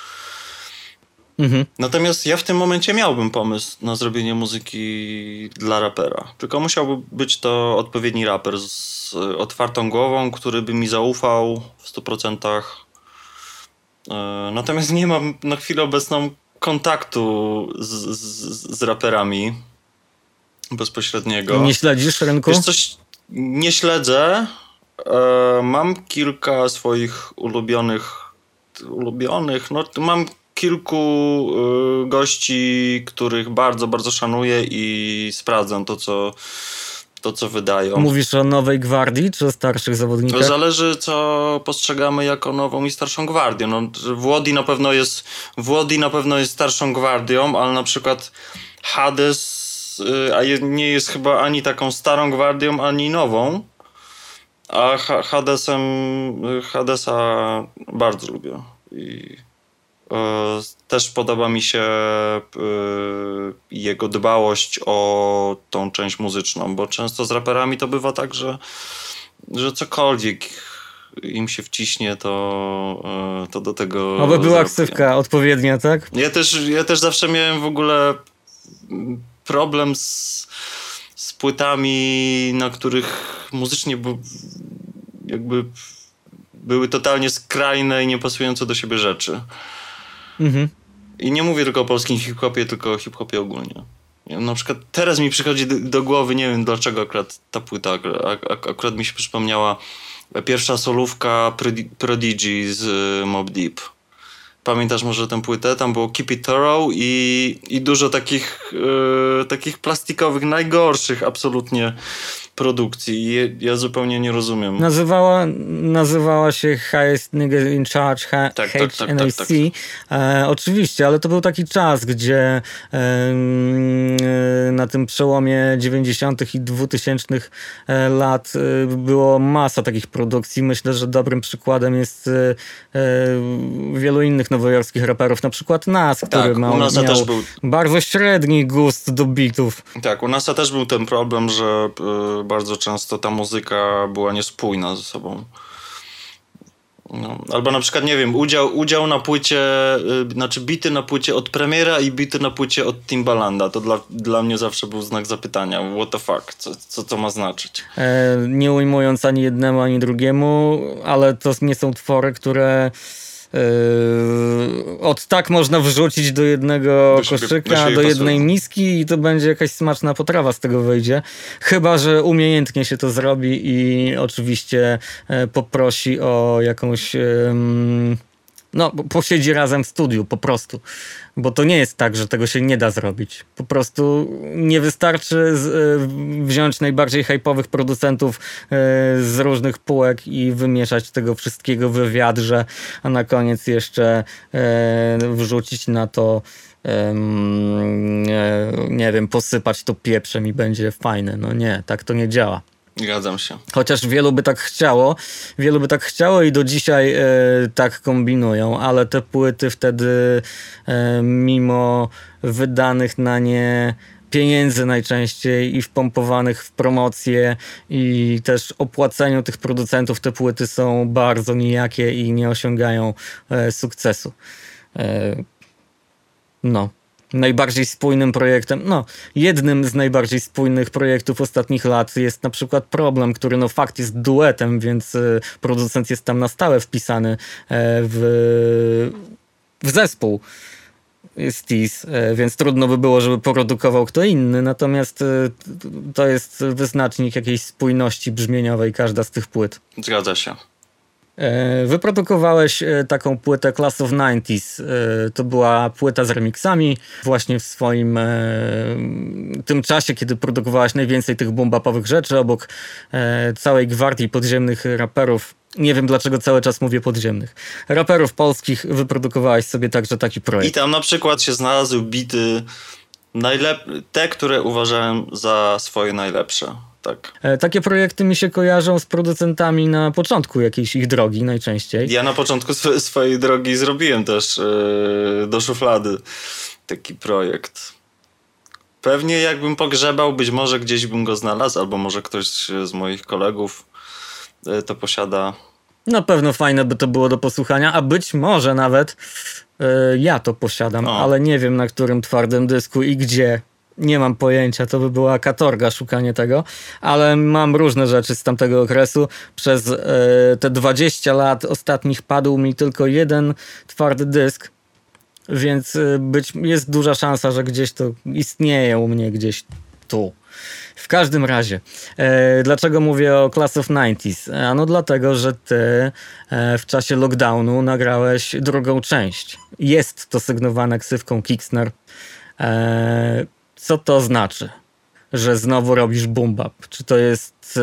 Natomiast ja w tym momencie miałbym pomysł na zrobienie muzyki dla rapera. Tylko musiałby być to odpowiedni raper z otwartą głową, który by mi zaufał w 100%. Natomiast nie mam na chwilę obecną kontaktu z raperami bezpośredniego. Nie śledzisz rynku? Wiesz coś, nie śledzę. Mam kilka swoich ulubionych, no mam kilku gości, których bardzo, bardzo szanuję i sprawdzam to, co wydają. Mówisz o Nowej Gwardii, czy o starszych zawodnikach? Zależy, co postrzegamy jako nową i starszą gwardię. No, Włodi na pewno jest starszą gwardią, ale na przykład Hades nie jest chyba ani taką starą gwardią, ani nową. A Hadesa bardzo lubię. I też podoba mi się jego dbałość o tą część muzyczną, bo często z raperami to bywa tak, że cokolwiek im się wciśnie, to do tego... Oby była ksywka odpowiednia, tak? Ja też zawsze miałem w ogóle problem z płytami, na których muzycznie jakby były totalnie skrajne i niepasujące do siebie rzeczy. I nie mówię tylko o polskim hip-hopie, tylko o hip-hopie ogólnie. Na przykład teraz mi przychodzi do głowy, nie wiem dlaczego akurat ta płyta, akurat mi się przypomniała pierwsza solówka Prodigy z Mobb Deep. Pamiętasz może tę płytę? Tam było Keep It Thorough i dużo takich plastikowych, najgorszych absolutnie produkcji. Ja zupełnie nie rozumiem. Nazywała się Highest Nigga in Charge, HNIC. Tak. Oczywiście, ale to był taki czas, gdzie na tym przełomie 90. i 2000 lat było masa takich produkcji. Myślę, że dobrym przykładem jest wielu innych nowojorskich raperów, na przykład Nas, który miał bardzo średni gust do bitów. Tak, u nas też był ten problem, że bardzo często ta muzyka była niespójna ze sobą. No. Albo na przykład, nie wiem, udział na płycie, znaczy bity na płycie od Premiera i bity na płycie od Timbalanda. To dla mnie zawsze był znak zapytania. What the fuck? Co to ma znaczyć? Nie ujmując ani jednemu, ani drugiemu, ale to nie są twory, które od tak można wrzucić do jednego koszyka, do jednej miski i to będzie jakaś smaczna potrawa z tego wyjdzie. Chyba że umiejętnie się to zrobi i oczywiście poprosi o jakąś posiedzi razem w studiu, po prostu. Bo to nie jest tak, że tego się nie da zrobić. Po prostu nie wystarczy wziąć najbardziej hype'owych producentów z różnych półek i wymieszać tego wszystkiego w wiadrze, a na koniec jeszcze wrzucić na to nie wiem, posypać to pieprzem i będzie fajne. No nie, tak to nie działa. Zgadzam się. Chociaż wielu by tak chciało i do dzisiaj tak kombinują, ale te płyty wtedy mimo wydanych na nie pieniędzy najczęściej i wpompowanych w promocje i też opłaceniu tych producentów, te płyty są bardzo nijakie i nie osiągają sukcesu. Najbardziej spójnym projektem, jednym z najbardziej spójnych projektów ostatnich lat jest na przykład Problem, który fakt jest duetem, więc producent jest tam na stałe wpisany w zespół Steez, więc trudno by było, żeby produkował kto inny, natomiast to jest wyznacznik jakiejś spójności brzmieniowej każda z tych płyt. Zgadza się. Wyprodukowałeś taką płytę Class of 90s. To była płyta z remixami właśnie w swoim tym czasie, kiedy produkowałeś najwięcej tych boom-bapowych rzeczy obok całej gwardii podziemnych raperów. Nie wiem, dlaczego cały czas mówię podziemnych. Raperów polskich wyprodukowałeś sobie także taki projekt. I tam na przykład się znalazły bity te, które uważałem za swoje najlepsze. Tak. Takie projekty mi się kojarzą z producentami na początku jakiejś ich drogi najczęściej. Ja na początku swojej drogi zrobiłem też do szuflady taki projekt. Pewnie jakbym pogrzebał, być może gdzieś bym go znalazł, albo może ktoś z moich kolegów to posiada. Na pewno fajne by to było do posłuchania, a być może nawet ja to posiadam, ale nie wiem na którym twardym dysku i gdzie. Nie mam pojęcia, to by była katorga szukanie tego, ale mam różne rzeczy z tamtego okresu. Przez te 20 lat ostatnich padł mi tylko jeden twardy dysk, więc jest duża szansa, że gdzieś to istnieje u mnie, gdzieś tu. W każdym razie, dlaczego mówię o Class of 90s? Ano dlatego, że ty w czasie lockdownu nagrałeś drugą część. Jest to sygnowane ksywką Kicksner. Co to znaczy, że znowu robisz boom bap? Czy to jest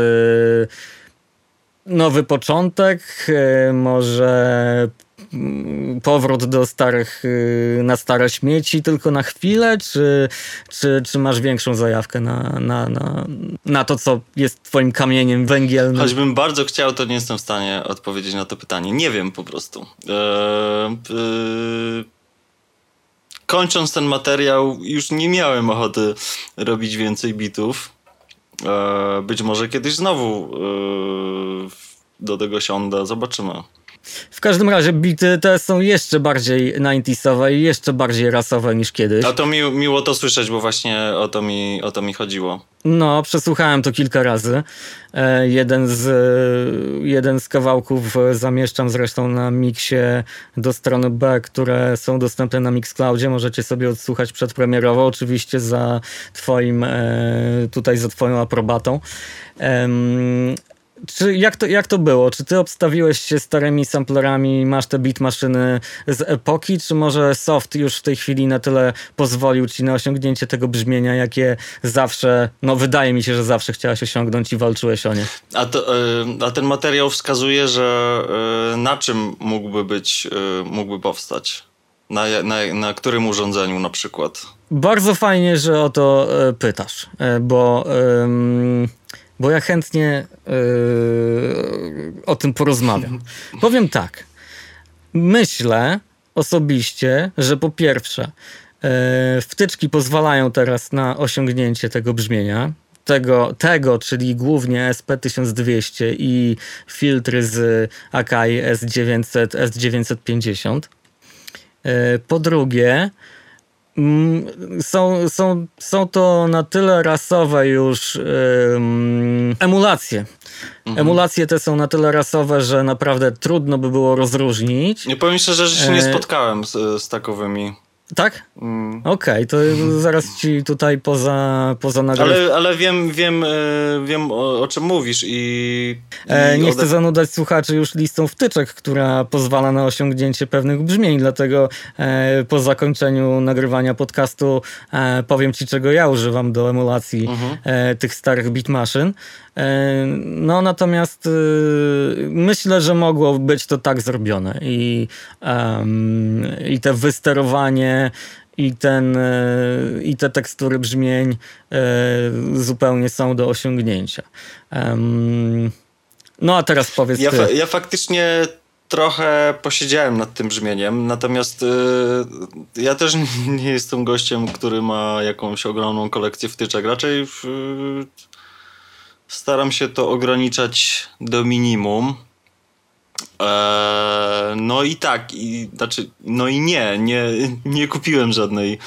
nowy początek? Może powrót do na stare śmieci tylko na chwilę? Czy masz większą zajawkę na to, co jest twoim kamieniem węgielnym? Choćbym bardzo chciał, to nie jestem w stanie odpowiedzieć na to pytanie. Nie wiem po prostu. Kończąc ten materiał, już nie miałem ochoty robić więcej bitów. Być może kiedyś znowu do tego siądę. Zobaczymy. W każdym razie bity te są jeszcze bardziej 90sowe i jeszcze bardziej rasowe niż kiedyś. A to miło to słyszeć, bo właśnie o to mi chodziło. No, przesłuchałem to kilka razy. Jeden z kawałków zamieszczam zresztą na miksie do strony B, które są dostępne na Mixcloudzie. Możecie sobie odsłuchać przedpremierowo, oczywiście za twoją aprobatą. Jak to było? Czy ty obstawiłeś się starymi samplerami, masz te beat maszyny z epoki, czy może soft już w tej chwili na tyle pozwolił ci na osiągnięcie tego brzmienia, jakie zawsze, wydaje mi się, że zawsze chciałeś osiągnąć i walczyłeś o nie? A ten materiał wskazuje, że na czym mógłby powstać? Na którym urządzeniu na przykład? Bardzo fajnie, że o to pytasz, bo ja chętnie o tym porozmawiam. Powiem tak. Myślę osobiście, że po pierwsze wtyczki pozwalają teraz na osiągnięcie tego brzmienia. Czyli głównie SP1200 i filtry z Akai S900, S950. Po drugie, są to na tyle rasowe już emulacje. Emulacje te są na tyle rasowe, że naprawdę trudno by było rozróżnić. Nie powiem szczerze, że się nie spotkałem z takowymi. Tak? Okej, to zaraz ci tutaj poza nagrywką. Ale wiem o czym mówisz i nie chcę zanudzać słuchaczy już listą wtyczek, która pozwala na osiągnięcie pewnych brzmień, dlatego po zakończeniu nagrywania podcastu powiem ci, czego ja używam do emulacji tych starych beat maszyn. Natomiast myślę, że mogło być to tak zrobione i te wysterowanie i te tekstury brzmień zupełnie są do osiągnięcia. A teraz powiedz ty. Ja faktycznie trochę posiedziałem nad tym brzmieniem, natomiast ja też nie jestem gościem, który ma jakąś ogromną kolekcję wtyczek. Raczej staram się to ograniczać do minimum. Nie kupiłem żadnej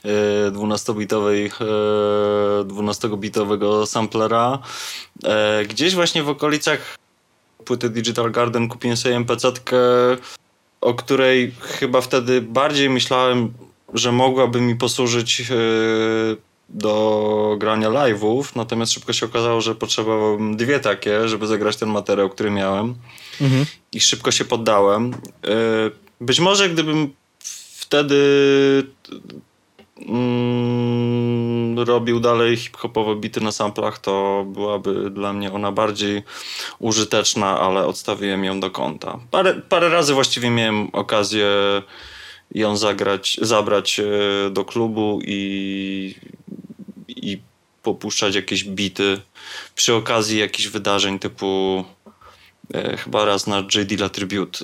12-bitowego samplera. Gdzieś właśnie w okolicach płyty Digital Garden kupiłem sobie MPC-tkę, o której chyba wtedy bardziej myślałem, że mogłaby mi posłużyć do grania live'ów, natomiast szybko się okazało, że potrzebowałem 2 takie, żeby zagrać ten materiał, który miałem. I szybko się poddałem. Być może gdybym wtedy robił dalej hip-hopowe bity na samplach, to byłaby dla mnie ona bardziej użyteczna, ale odstawiłem ją do kąta. Parę razy właściwie miałem okazję ją zabrać do klubu i popuszczać jakieś bity przy okazji jakichś wydarzeń typu chyba raz na J. Dilla Tribute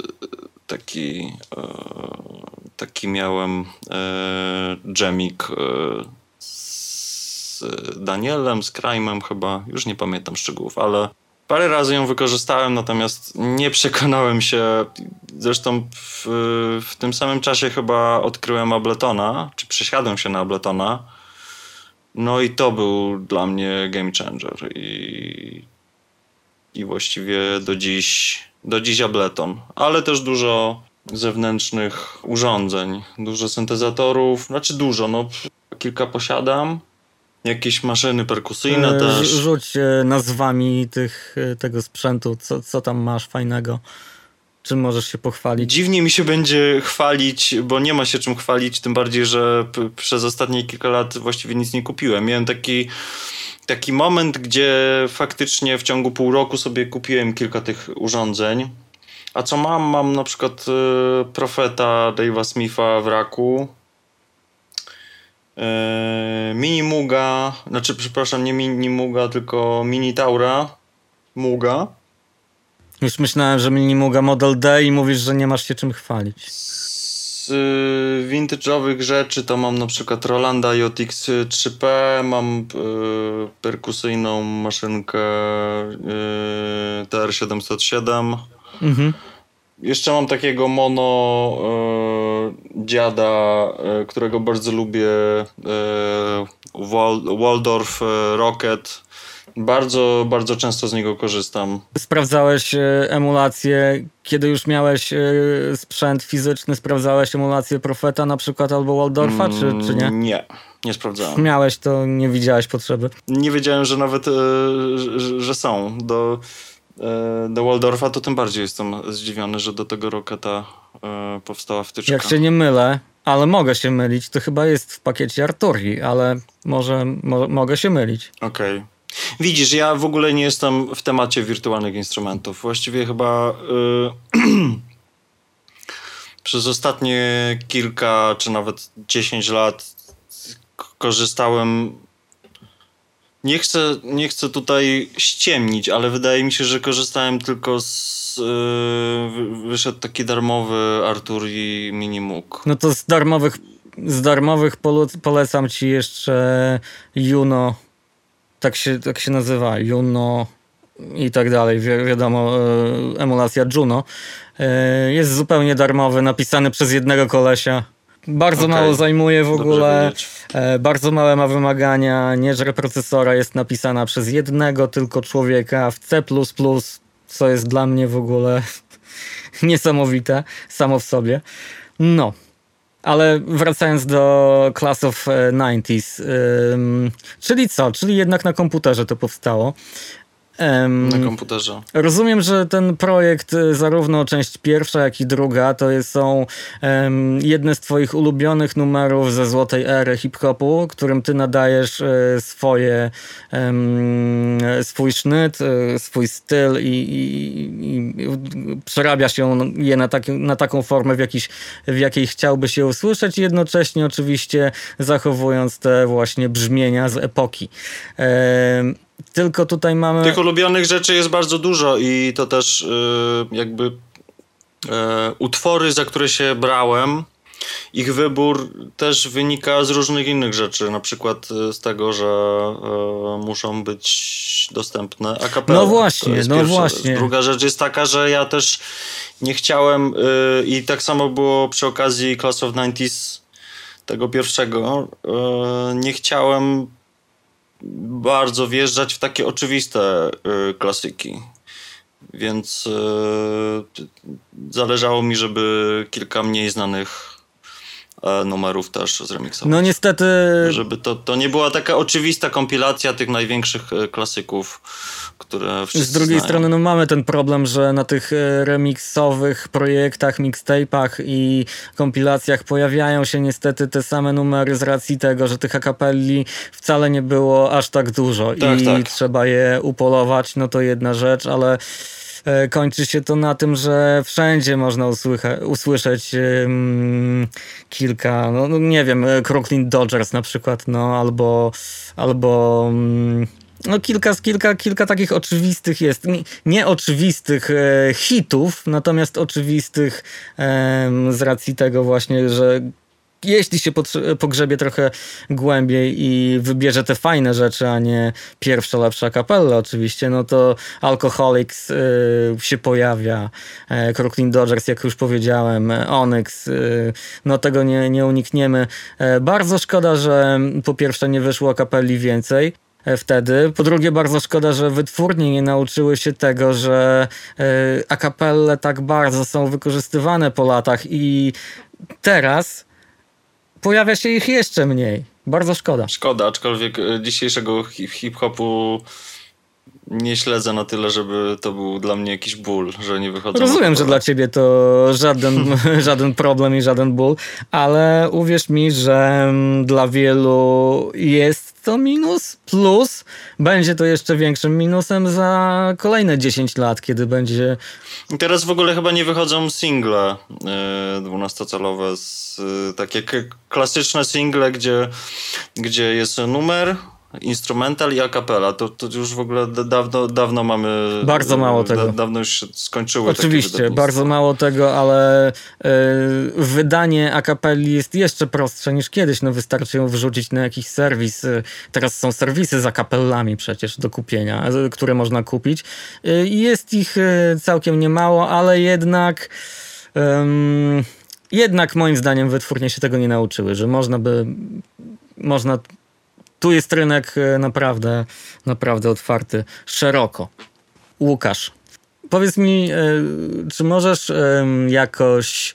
taki miałem dżemik z Danielem, z Crime'em chyba, już nie pamiętam szczegółów, ale parę razy ją wykorzystałem, natomiast nie przekonałem się. Zresztą w tym samym czasie chyba odkryłem Abletona, czy przesiadłem się na Abletona. No i to był dla mnie game changer i właściwie do dziś Ableton, ale też dużo zewnętrznych urządzeń, dużo syntezatorów, znaczy dużo, no kilka posiadam, jakieś maszyny perkusyjne też. Rzuć nazwami tego sprzętu, co tam masz fajnego, czym możesz się pochwalić? Dziwnie mi się będzie chwalić, bo nie ma się czym chwalić, tym bardziej, że przez ostatnie kilka lat właściwie nic nie kupiłem. Miałem taki moment, gdzie faktycznie w ciągu pół roku sobie kupiłem kilka tych urządzeń. A co mam? Mam na przykład Profeta Dave'a Smitha w raku, Mini Muuga, znaczy przepraszam, nie Mini Muuga, tylko Mini Taura Muuga. Już myślałem, że Mini Muuga Model D i mówisz, że nie masz się czym chwalić. Z vintage'owych rzeczy to mam na przykład Rolanda JX 3P, mam perkusyjną maszynkę TR-707. Jeszcze mam takiego mono dziada, którego bardzo lubię, Waldorf Rocket. Bardzo, bardzo często z niego korzystam. Sprawdzałeś emulację, kiedy już miałeś sprzęt fizyczny, sprawdzałeś emulację Profeta na przykład albo Waldorfa, czy nie? Nie sprawdzałem. Miałeś to, nie widziałeś potrzeby? Nie wiedziałem, że nawet że są. Do Waldorfa to tym bardziej jestem zdziwiony, że do tego Rocketa powstała wtyczka. Jak się nie mylę, ale mogę się mylić, to chyba jest w pakiecie Arturii, ale mogę się mylić. Okej. Widzisz, ja w ogóle nie jestem w temacie wirtualnych instrumentów. Właściwie chyba przez ostatnie kilka, czy nawet 10 lat korzystałem. Nie chcę tutaj ściemnić, ale wydaje mi się, że korzystałem tylko wyszedł taki darmowy Arturii Mini Moog. No to z darmowych polecam ci jeszcze Juno. Tak się nazywa, Juno i tak dalej, wiadomo, emulacja Juno. Jest zupełnie darmowy, napisany przez jednego kolesia. Bardzo mało zajmuje w ogóle, bardzo małe ma wymagania, nie żre procesora, jest napisana przez jednego tylko człowieka w C++, co jest dla mnie w ogóle niesamowite samo w sobie. No. Ale wracając do Class of 90s, czyli co? Czyli jednak na komputerze to powstało. Na komputerze. Rozumiem, że ten projekt, zarówno część pierwsza, jak i druga, to są jedne z twoich ulubionych numerów ze złotej ery hip-hopu, którym ty nadajesz swój sznyt, swój styl i przerabiasz je na taką formę, w jakiej chciałbyś je usłyszeć, i jednocześnie oczywiście zachowując te właśnie brzmienia z epoki. Tylko tutaj mamy... Tych ulubionych rzeczy jest bardzo dużo i to też utwory, za które się brałem, ich wybór też wynika z różnych innych rzeczy, na przykład z tego, że muszą być dostępne a cappella. No właśnie. Druga rzecz jest taka, że ja też nie chciałem i tak samo było przy okazji Class of 90s tego pierwszego, nie chciałem bardzo wjeżdżać w takie oczywiste klasyki. Więc zależało mi, żeby kilka mniej znanych numerów też zremiksować. No niestety... Żeby to nie była taka oczywista kompilacja tych największych klasyków, które wszyscy Z drugiej znają. strony no mamy ten problem, że na tych remiksowych projektach, mixtape'ach i kompilacjach pojawiają się niestety te same numery z racji tego, że tych akapelli wcale nie było aż tak dużo i trzeba je upolować, no to jedna rzecz, ale kończy się to na tym, że wszędzie można usłyszeć kilka, no nie wiem, Crooklyn Dodgers na przykład, no albo no kilka takich oczywistych jest, nieoczywistych hitów, natomiast oczywistych z racji tego właśnie, że jeśli się pogrzebie trochę głębiej i wybierze te fajne rzeczy, a nie pierwsza lepsza kapella oczywiście, no to Alcoholics się pojawia, Crooklyn Dodgers, jak już powiedziałem, Onyx, no tego nie unikniemy. Bardzo szkoda, że po pierwsze nie wyszło kapeli więcej wtedy. Po drugie, bardzo szkoda, że wytwórnie nie nauczyły się tego, że akapelle tak bardzo są wykorzystywane po latach i teraz pojawia się ich jeszcze mniej. Bardzo szkoda. Szkoda, aczkolwiek dzisiejszego hip-hopu nie śledzę na tyle, żeby to był dla mnie jakiś ból, że nie wychodzą. Rozumiem, że dla ciebie to żaden problem i żaden ból, ale uwierz mi, że dla wielu jest to minus, plus będzie to jeszcze większym minusem za kolejne 10 lat, kiedy będzie... I teraz w ogóle chyba nie wychodzą single 12-calowe, takie klasyczne single, gdzie jest numer, instrumental i a cappella. To już w ogóle dawno mamy... Bardzo mało tego. Dawno już się skończyły. Oczywiście, bardzo mało tego, ale wydanie a cappelli jest jeszcze prostsze niż kiedyś. No wystarczy ją wrzucić na jakiś serwis. Teraz są serwisy z a cappellami przecież do kupienia, które można kupić. Jest ich całkiem niemało, ale jednak moim zdaniem wytwórnie się tego nie nauczyły, że można tu jest rynek naprawdę otwarty, szeroko. Łukasz, powiedz mi, czy możesz jakoś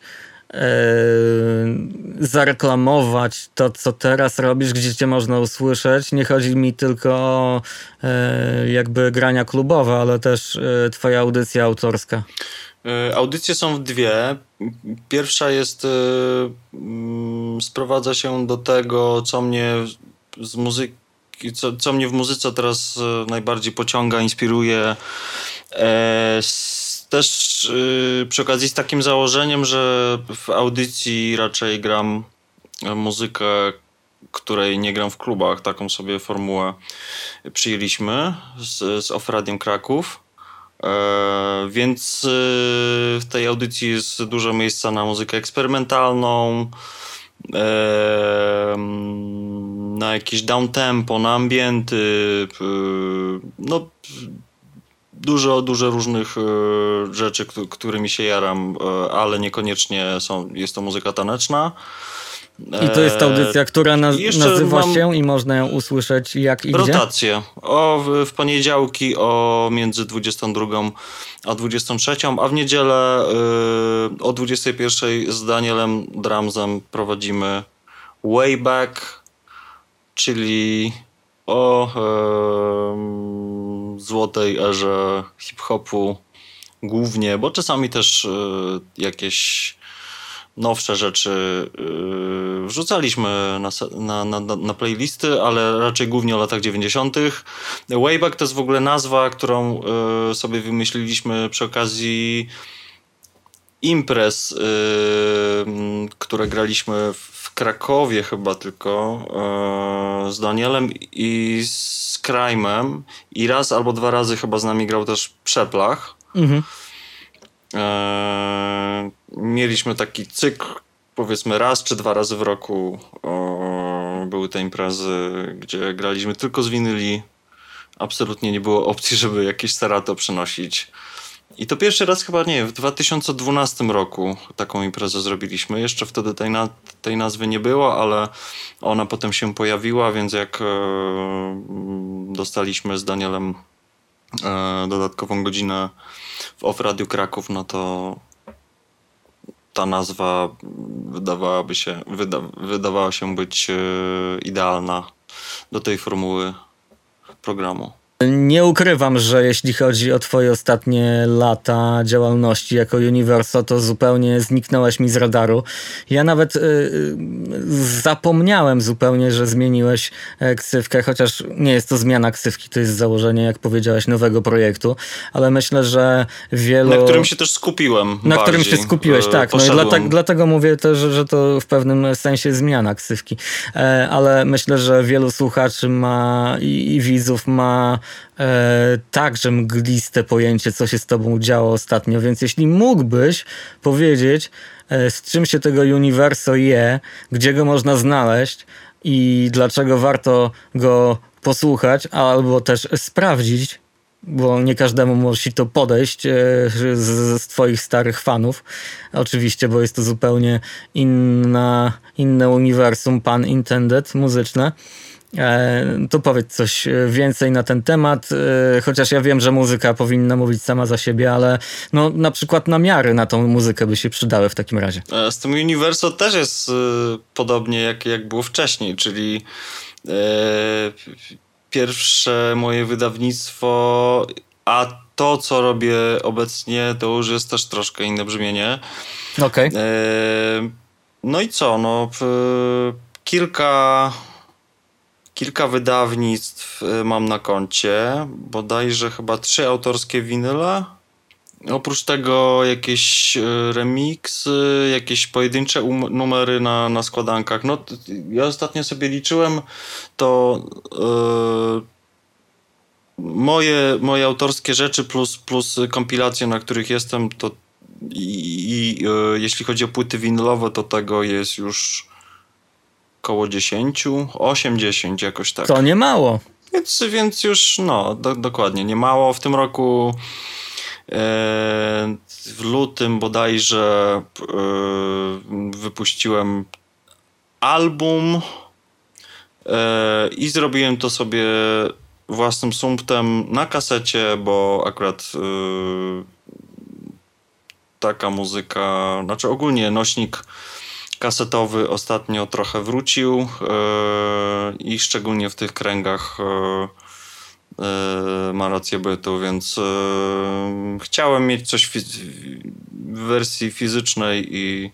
zareklamować to, co teraz robisz, gdzie cię można usłyszeć? Nie chodzi mi tylko o jakby grania klubowe, ale też twoja audycja autorska. Audycje są dwie. Pierwsza jest sprowadza się do tego, co mnie z muzyki, co mnie w muzyce teraz najbardziej pociąga, inspiruje. Też przy okazji z takim założeniem, że w audycji raczej gram muzykę, której nie gram w klubach. Taką sobie formułę przyjęliśmy z Off Radiem Kraków. Więc w tej audycji jest dużo miejsca na muzykę eksperymentalną, na jakieś downtempo, na ambienty, no dużo różnych rzeczy, którymi się jaram, ale niekoniecznie jest to muzyka taneczna. I to jest audycja, która nazywa się i można ją usłyszeć jak i gdzie? Rotację. W poniedziałki między 22 a 23, a w niedzielę o 21 z Danielem Dramsem prowadzimy Wayback, czyli o złotej erze hip-hopu głównie, bo czasami też jakieś nowsze rzeczy wrzucaliśmy na playlisty, ale raczej głównie o latach 90. Wayback to jest w ogóle nazwa, którą sobie wymyśliliśmy przy okazji imprez, które graliśmy w Krakowie chyba tylko z Danielem i z Crime'em i raz albo dwa razy chyba z nami grał też Przeplach. Mhm. Mieliśmy taki cykl, powiedzmy raz czy dwa razy w roku były te imprezy, gdzie graliśmy tylko z winyli. Absolutnie nie było opcji, żeby jakieś Serato przenosić. I to pierwszy raz chyba, w 2012 roku taką imprezę zrobiliśmy. Jeszcze wtedy tej nazwy nie było, ale ona potem się pojawiła, więc jak dostaliśmy z Danielem dodatkową godzinę w Off Radiu Kraków, no to ta nazwa wydawała się być idealna do tej formuły programu. Nie ukrywam, że jeśli chodzi o twoje ostatnie lata działalności jako Universo, to zupełnie zniknąłeś mi z radaru. Ja nawet zapomniałem zupełnie, że zmieniłeś ksywkę, chociaż nie jest to zmiana ksywki, to jest założenie, jak powiedziałeś, nowego projektu, ale myślę, że wielu... Na którym się też skupiłem. Na którym się skupiłeś, tak. No i dlatego mówię też, że to w pewnym sensie zmiana ksywki. Ale myślę, że wielu słuchaczy ma i widzów ma także mgliste pojęcie, co się z tobą działo ostatnio, więc jeśli mógłbyś powiedzieć, z czym się tego Universo je, gdzie go można znaleźć i dlaczego warto go posłuchać, albo też sprawdzić, bo nie każdemu musi to podejść z twoich starych fanów. Oczywiście, bo jest to zupełnie inne uniwersum, pun intended, muzyczne. To powiedz coś więcej na ten temat, chociaż ja wiem, że muzyka powinna mówić sama za siebie, ale no, na przykład namiary na tą muzykę by się przydały w takim razie. Z tym Universo też jest podobnie jak było wcześniej, czyli pierwsze moje wydawnictwo, a to, co robię obecnie, to już jest też troszkę inne brzmienie. Okej. No i co? No, kilka wydawnictw mam na koncie, bodajże chyba 3 autorskie winyle. Oprócz tego jakieś remiksy, jakieś pojedyncze numery na składankach. No, ja ostatnio sobie liczyłem, to moje autorskie rzeczy plus kompilacje, na których jestem, to jeśli chodzi o płyty winylowe, to tego jest już koło 10, 8-10 jakoś tak. To nie mało. Więc już, no, dokładnie, nie mało. W tym roku w lutym bodajże wypuściłem album i zrobiłem to sobie własnym sumptem na kasecie, bo akurat taka muzyka, znaczy ogólnie nośnik kasetowy ostatnio trochę wrócił i szczególnie w tych kręgach ma rację bytu, więc chciałem mieć coś w wersji fizycznej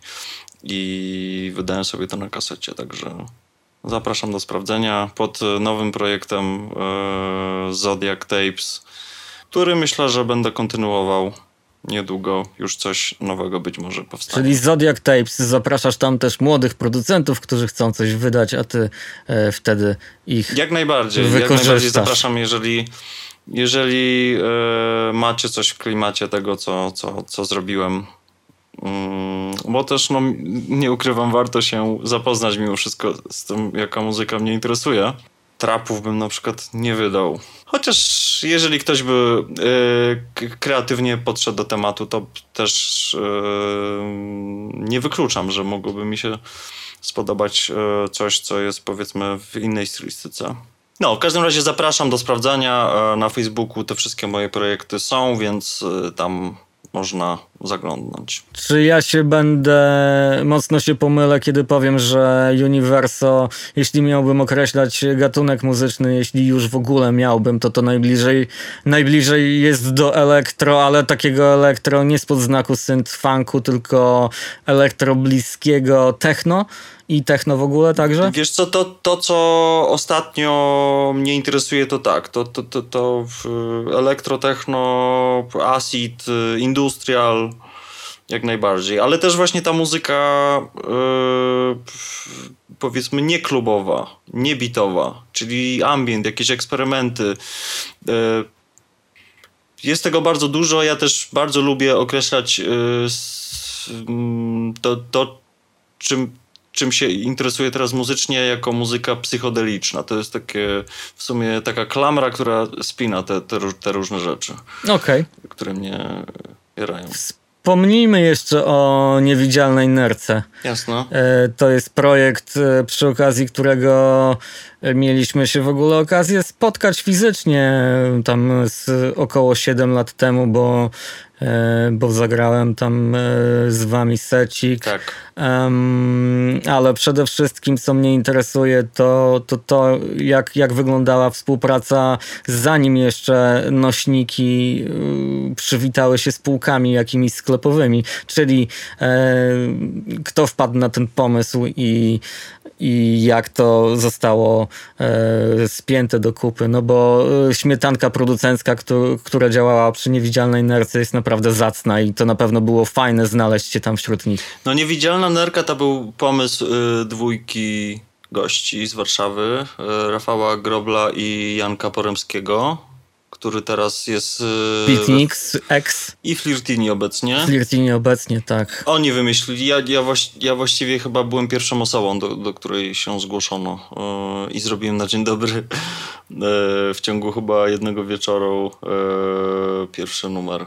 i wydałem sobie to na kasecie, także zapraszam do sprawdzenia pod nowym projektem Zodiac Tapes, który myślę, że będę kontynuował. Niedługo już coś nowego być może powstanie. Czyli Zodiac Tapes, zapraszasz tam też młodych producentów, którzy chcą coś wydać, a ty wtedy ich Jak najbardziej zapraszam, jeżeli macie coś w klimacie tego, co zrobiłem. Bo też, no, nie ukrywam, warto się zapoznać mimo wszystko z tym, jaka muzyka mnie interesuje. Trapów bym na przykład nie wydał. Chociaż jeżeli ktoś by kreatywnie podszedł do tematu, to też nie wykluczam, że mogłoby mi się spodobać coś, co jest powiedzmy w innej stylistyce. No, w każdym razie zapraszam do sprawdzania. Na Facebooku te wszystkie moje projekty są, więc tam można zaglądnąć. Czy ja mocno się pomylę, kiedy powiem, że Universo, jeśli miałbym określać gatunek muzyczny, jeśli już w ogóle miałbym, to najbliżej jest do elektro, ale takiego elektro nie spod znaku synth-funku, tylko elektro bliskiego techno i techno w ogóle także? Wiesz co, to co ostatnio mnie interesuje, to tak, to elektro, techno, acid, industrial, jak najbardziej, ale też właśnie ta muzyka powiedzmy nie klubowa, nie bitowa, czyli ambient, jakieś eksperymenty. Jest tego bardzo dużo, ja też bardzo lubię określać to czym się interesuję teraz muzycznie, jako muzyka psychodeliczna. To jest takie w sumie taka klamra, która spina te różne rzeczy, które mnie jarają. Wspomnijmy jeszcze o Niewidzialnej Nerce. Jasno. To jest projekt, przy okazji którego mieliśmy się w ogóle okazję spotkać fizycznie tam około 7 lat temu, bo zagrałem tam z wami secik. Tak. Ale przede wszystkim, co mnie interesuje, to jak wyglądała współpraca, zanim jeszcze nośniki przywitały się z półkami jakimiś sklepowymi. Czyli kto wpadł na ten pomysł i jak to zostało spięte do kupy. No bo śmietanka producencka, która działała przy Niewidzialnej Nerce, jest naprawdę zacna i to na pewno było fajne znaleźć się tam wśród nich. No Niewidzialna Nerka to był pomysł dwójki gości z Warszawy, Rafała Grobla i Janka Poremskiego, który teraz jest... Beatniks, X. I Flirtini obecnie. Flirtini obecnie, tak. Oni wymyślili. Ja właściwie chyba byłem pierwszą osobą, do której się zgłoszono i zrobiłem na dzień dobry w ciągu chyba jednego wieczoru pierwszy numer.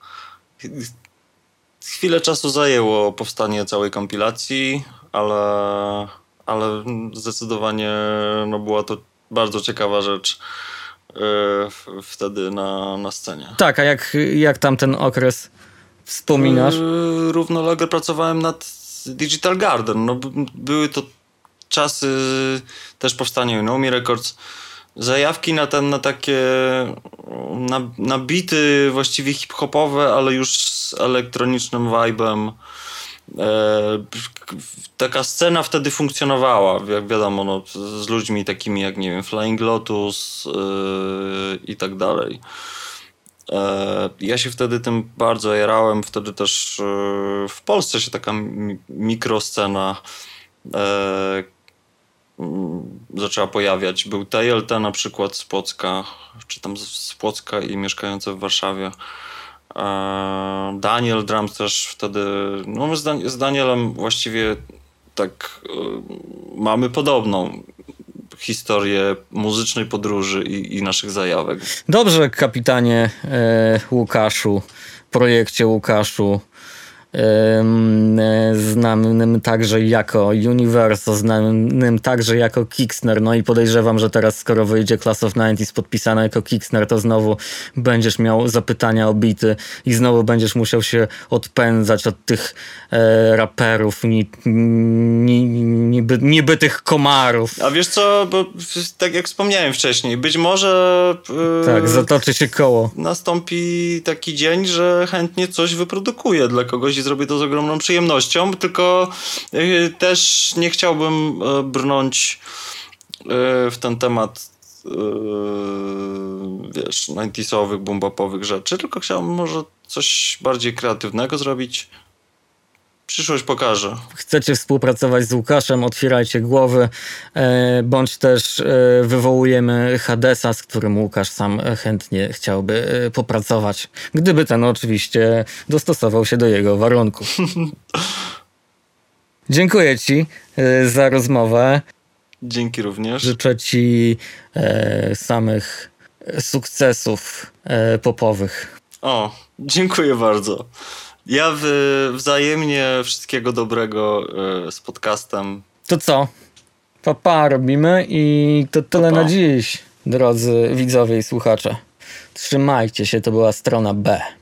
Chwilę czasu zajęło powstanie całej kompilacji, ale zdecydowanie no, była to bardzo ciekawa rzecz wtedy na scenie. Tak, a jak tam ten okres wspominasz? Równolegle pracowałem nad Digital Garden. No, były to czasy też powstania Unomi Records. Zajawki na takie na bity właściwie hip-hopowe, ale już z elektronicznym vibe'em. Taka scena wtedy funkcjonowała, jak wiadomo, no, z ludźmi takimi jak, nie wiem, Flying Lotus i tak dalej. Ja się wtedy tym bardzo jarałem. Wtedy też w Polsce się taka mikroscena zaczęła pojawiać. Był TLT na przykład z Płocka, czy tam z Płocka i mieszkający w Warszawie. Daniel Drums też wtedy, no my z Danielem właściwie tak mamy podobną historię muzycznej podróży i naszych zajawek. Dobrze, kapitanie Łukaszu, projekcie Łukaszu, znanym także jako Universo, znanym także jako Kixner. No i podejrzewam, że teraz, skoro wyjdzie Class of 90s podpisane jako Kixner, to znowu będziesz miał zapytania o bity i znowu będziesz musiał się odpędzać od tych raperów niby tych komarów. A wiesz co, bo tak jak wspomniałem wcześniej, być może tak, zatoczy się koło. Nastąpi taki dzień, że chętnie coś wyprodukuję dla kogoś i zrobię to z ogromną przyjemnością, tylko też nie chciałbym brnąć w ten temat wiesz, 90sowych, boom-bapowych rzeczy, tylko chciałbym może coś bardziej kreatywnego zrobić. Przyszłość pokaże. Chcecie współpracować z Łukaszem, otwierajcie głowy, bądź też wywołujemy Hadesa, z którym Łukasz sam chętnie chciałby popracować. Gdyby ten oczywiście dostosował się do jego warunków. Dziękuję ci za rozmowę. Dzięki również. Życzę ci samych sukcesów popowych. O, dziękuję bardzo. Ja wzajemnie wszystkiego dobrego z podcastem. To co? Papa robimy i to tyle na dziś, drodzy widzowie i słuchacze. Trzymajcie się, to była strona B.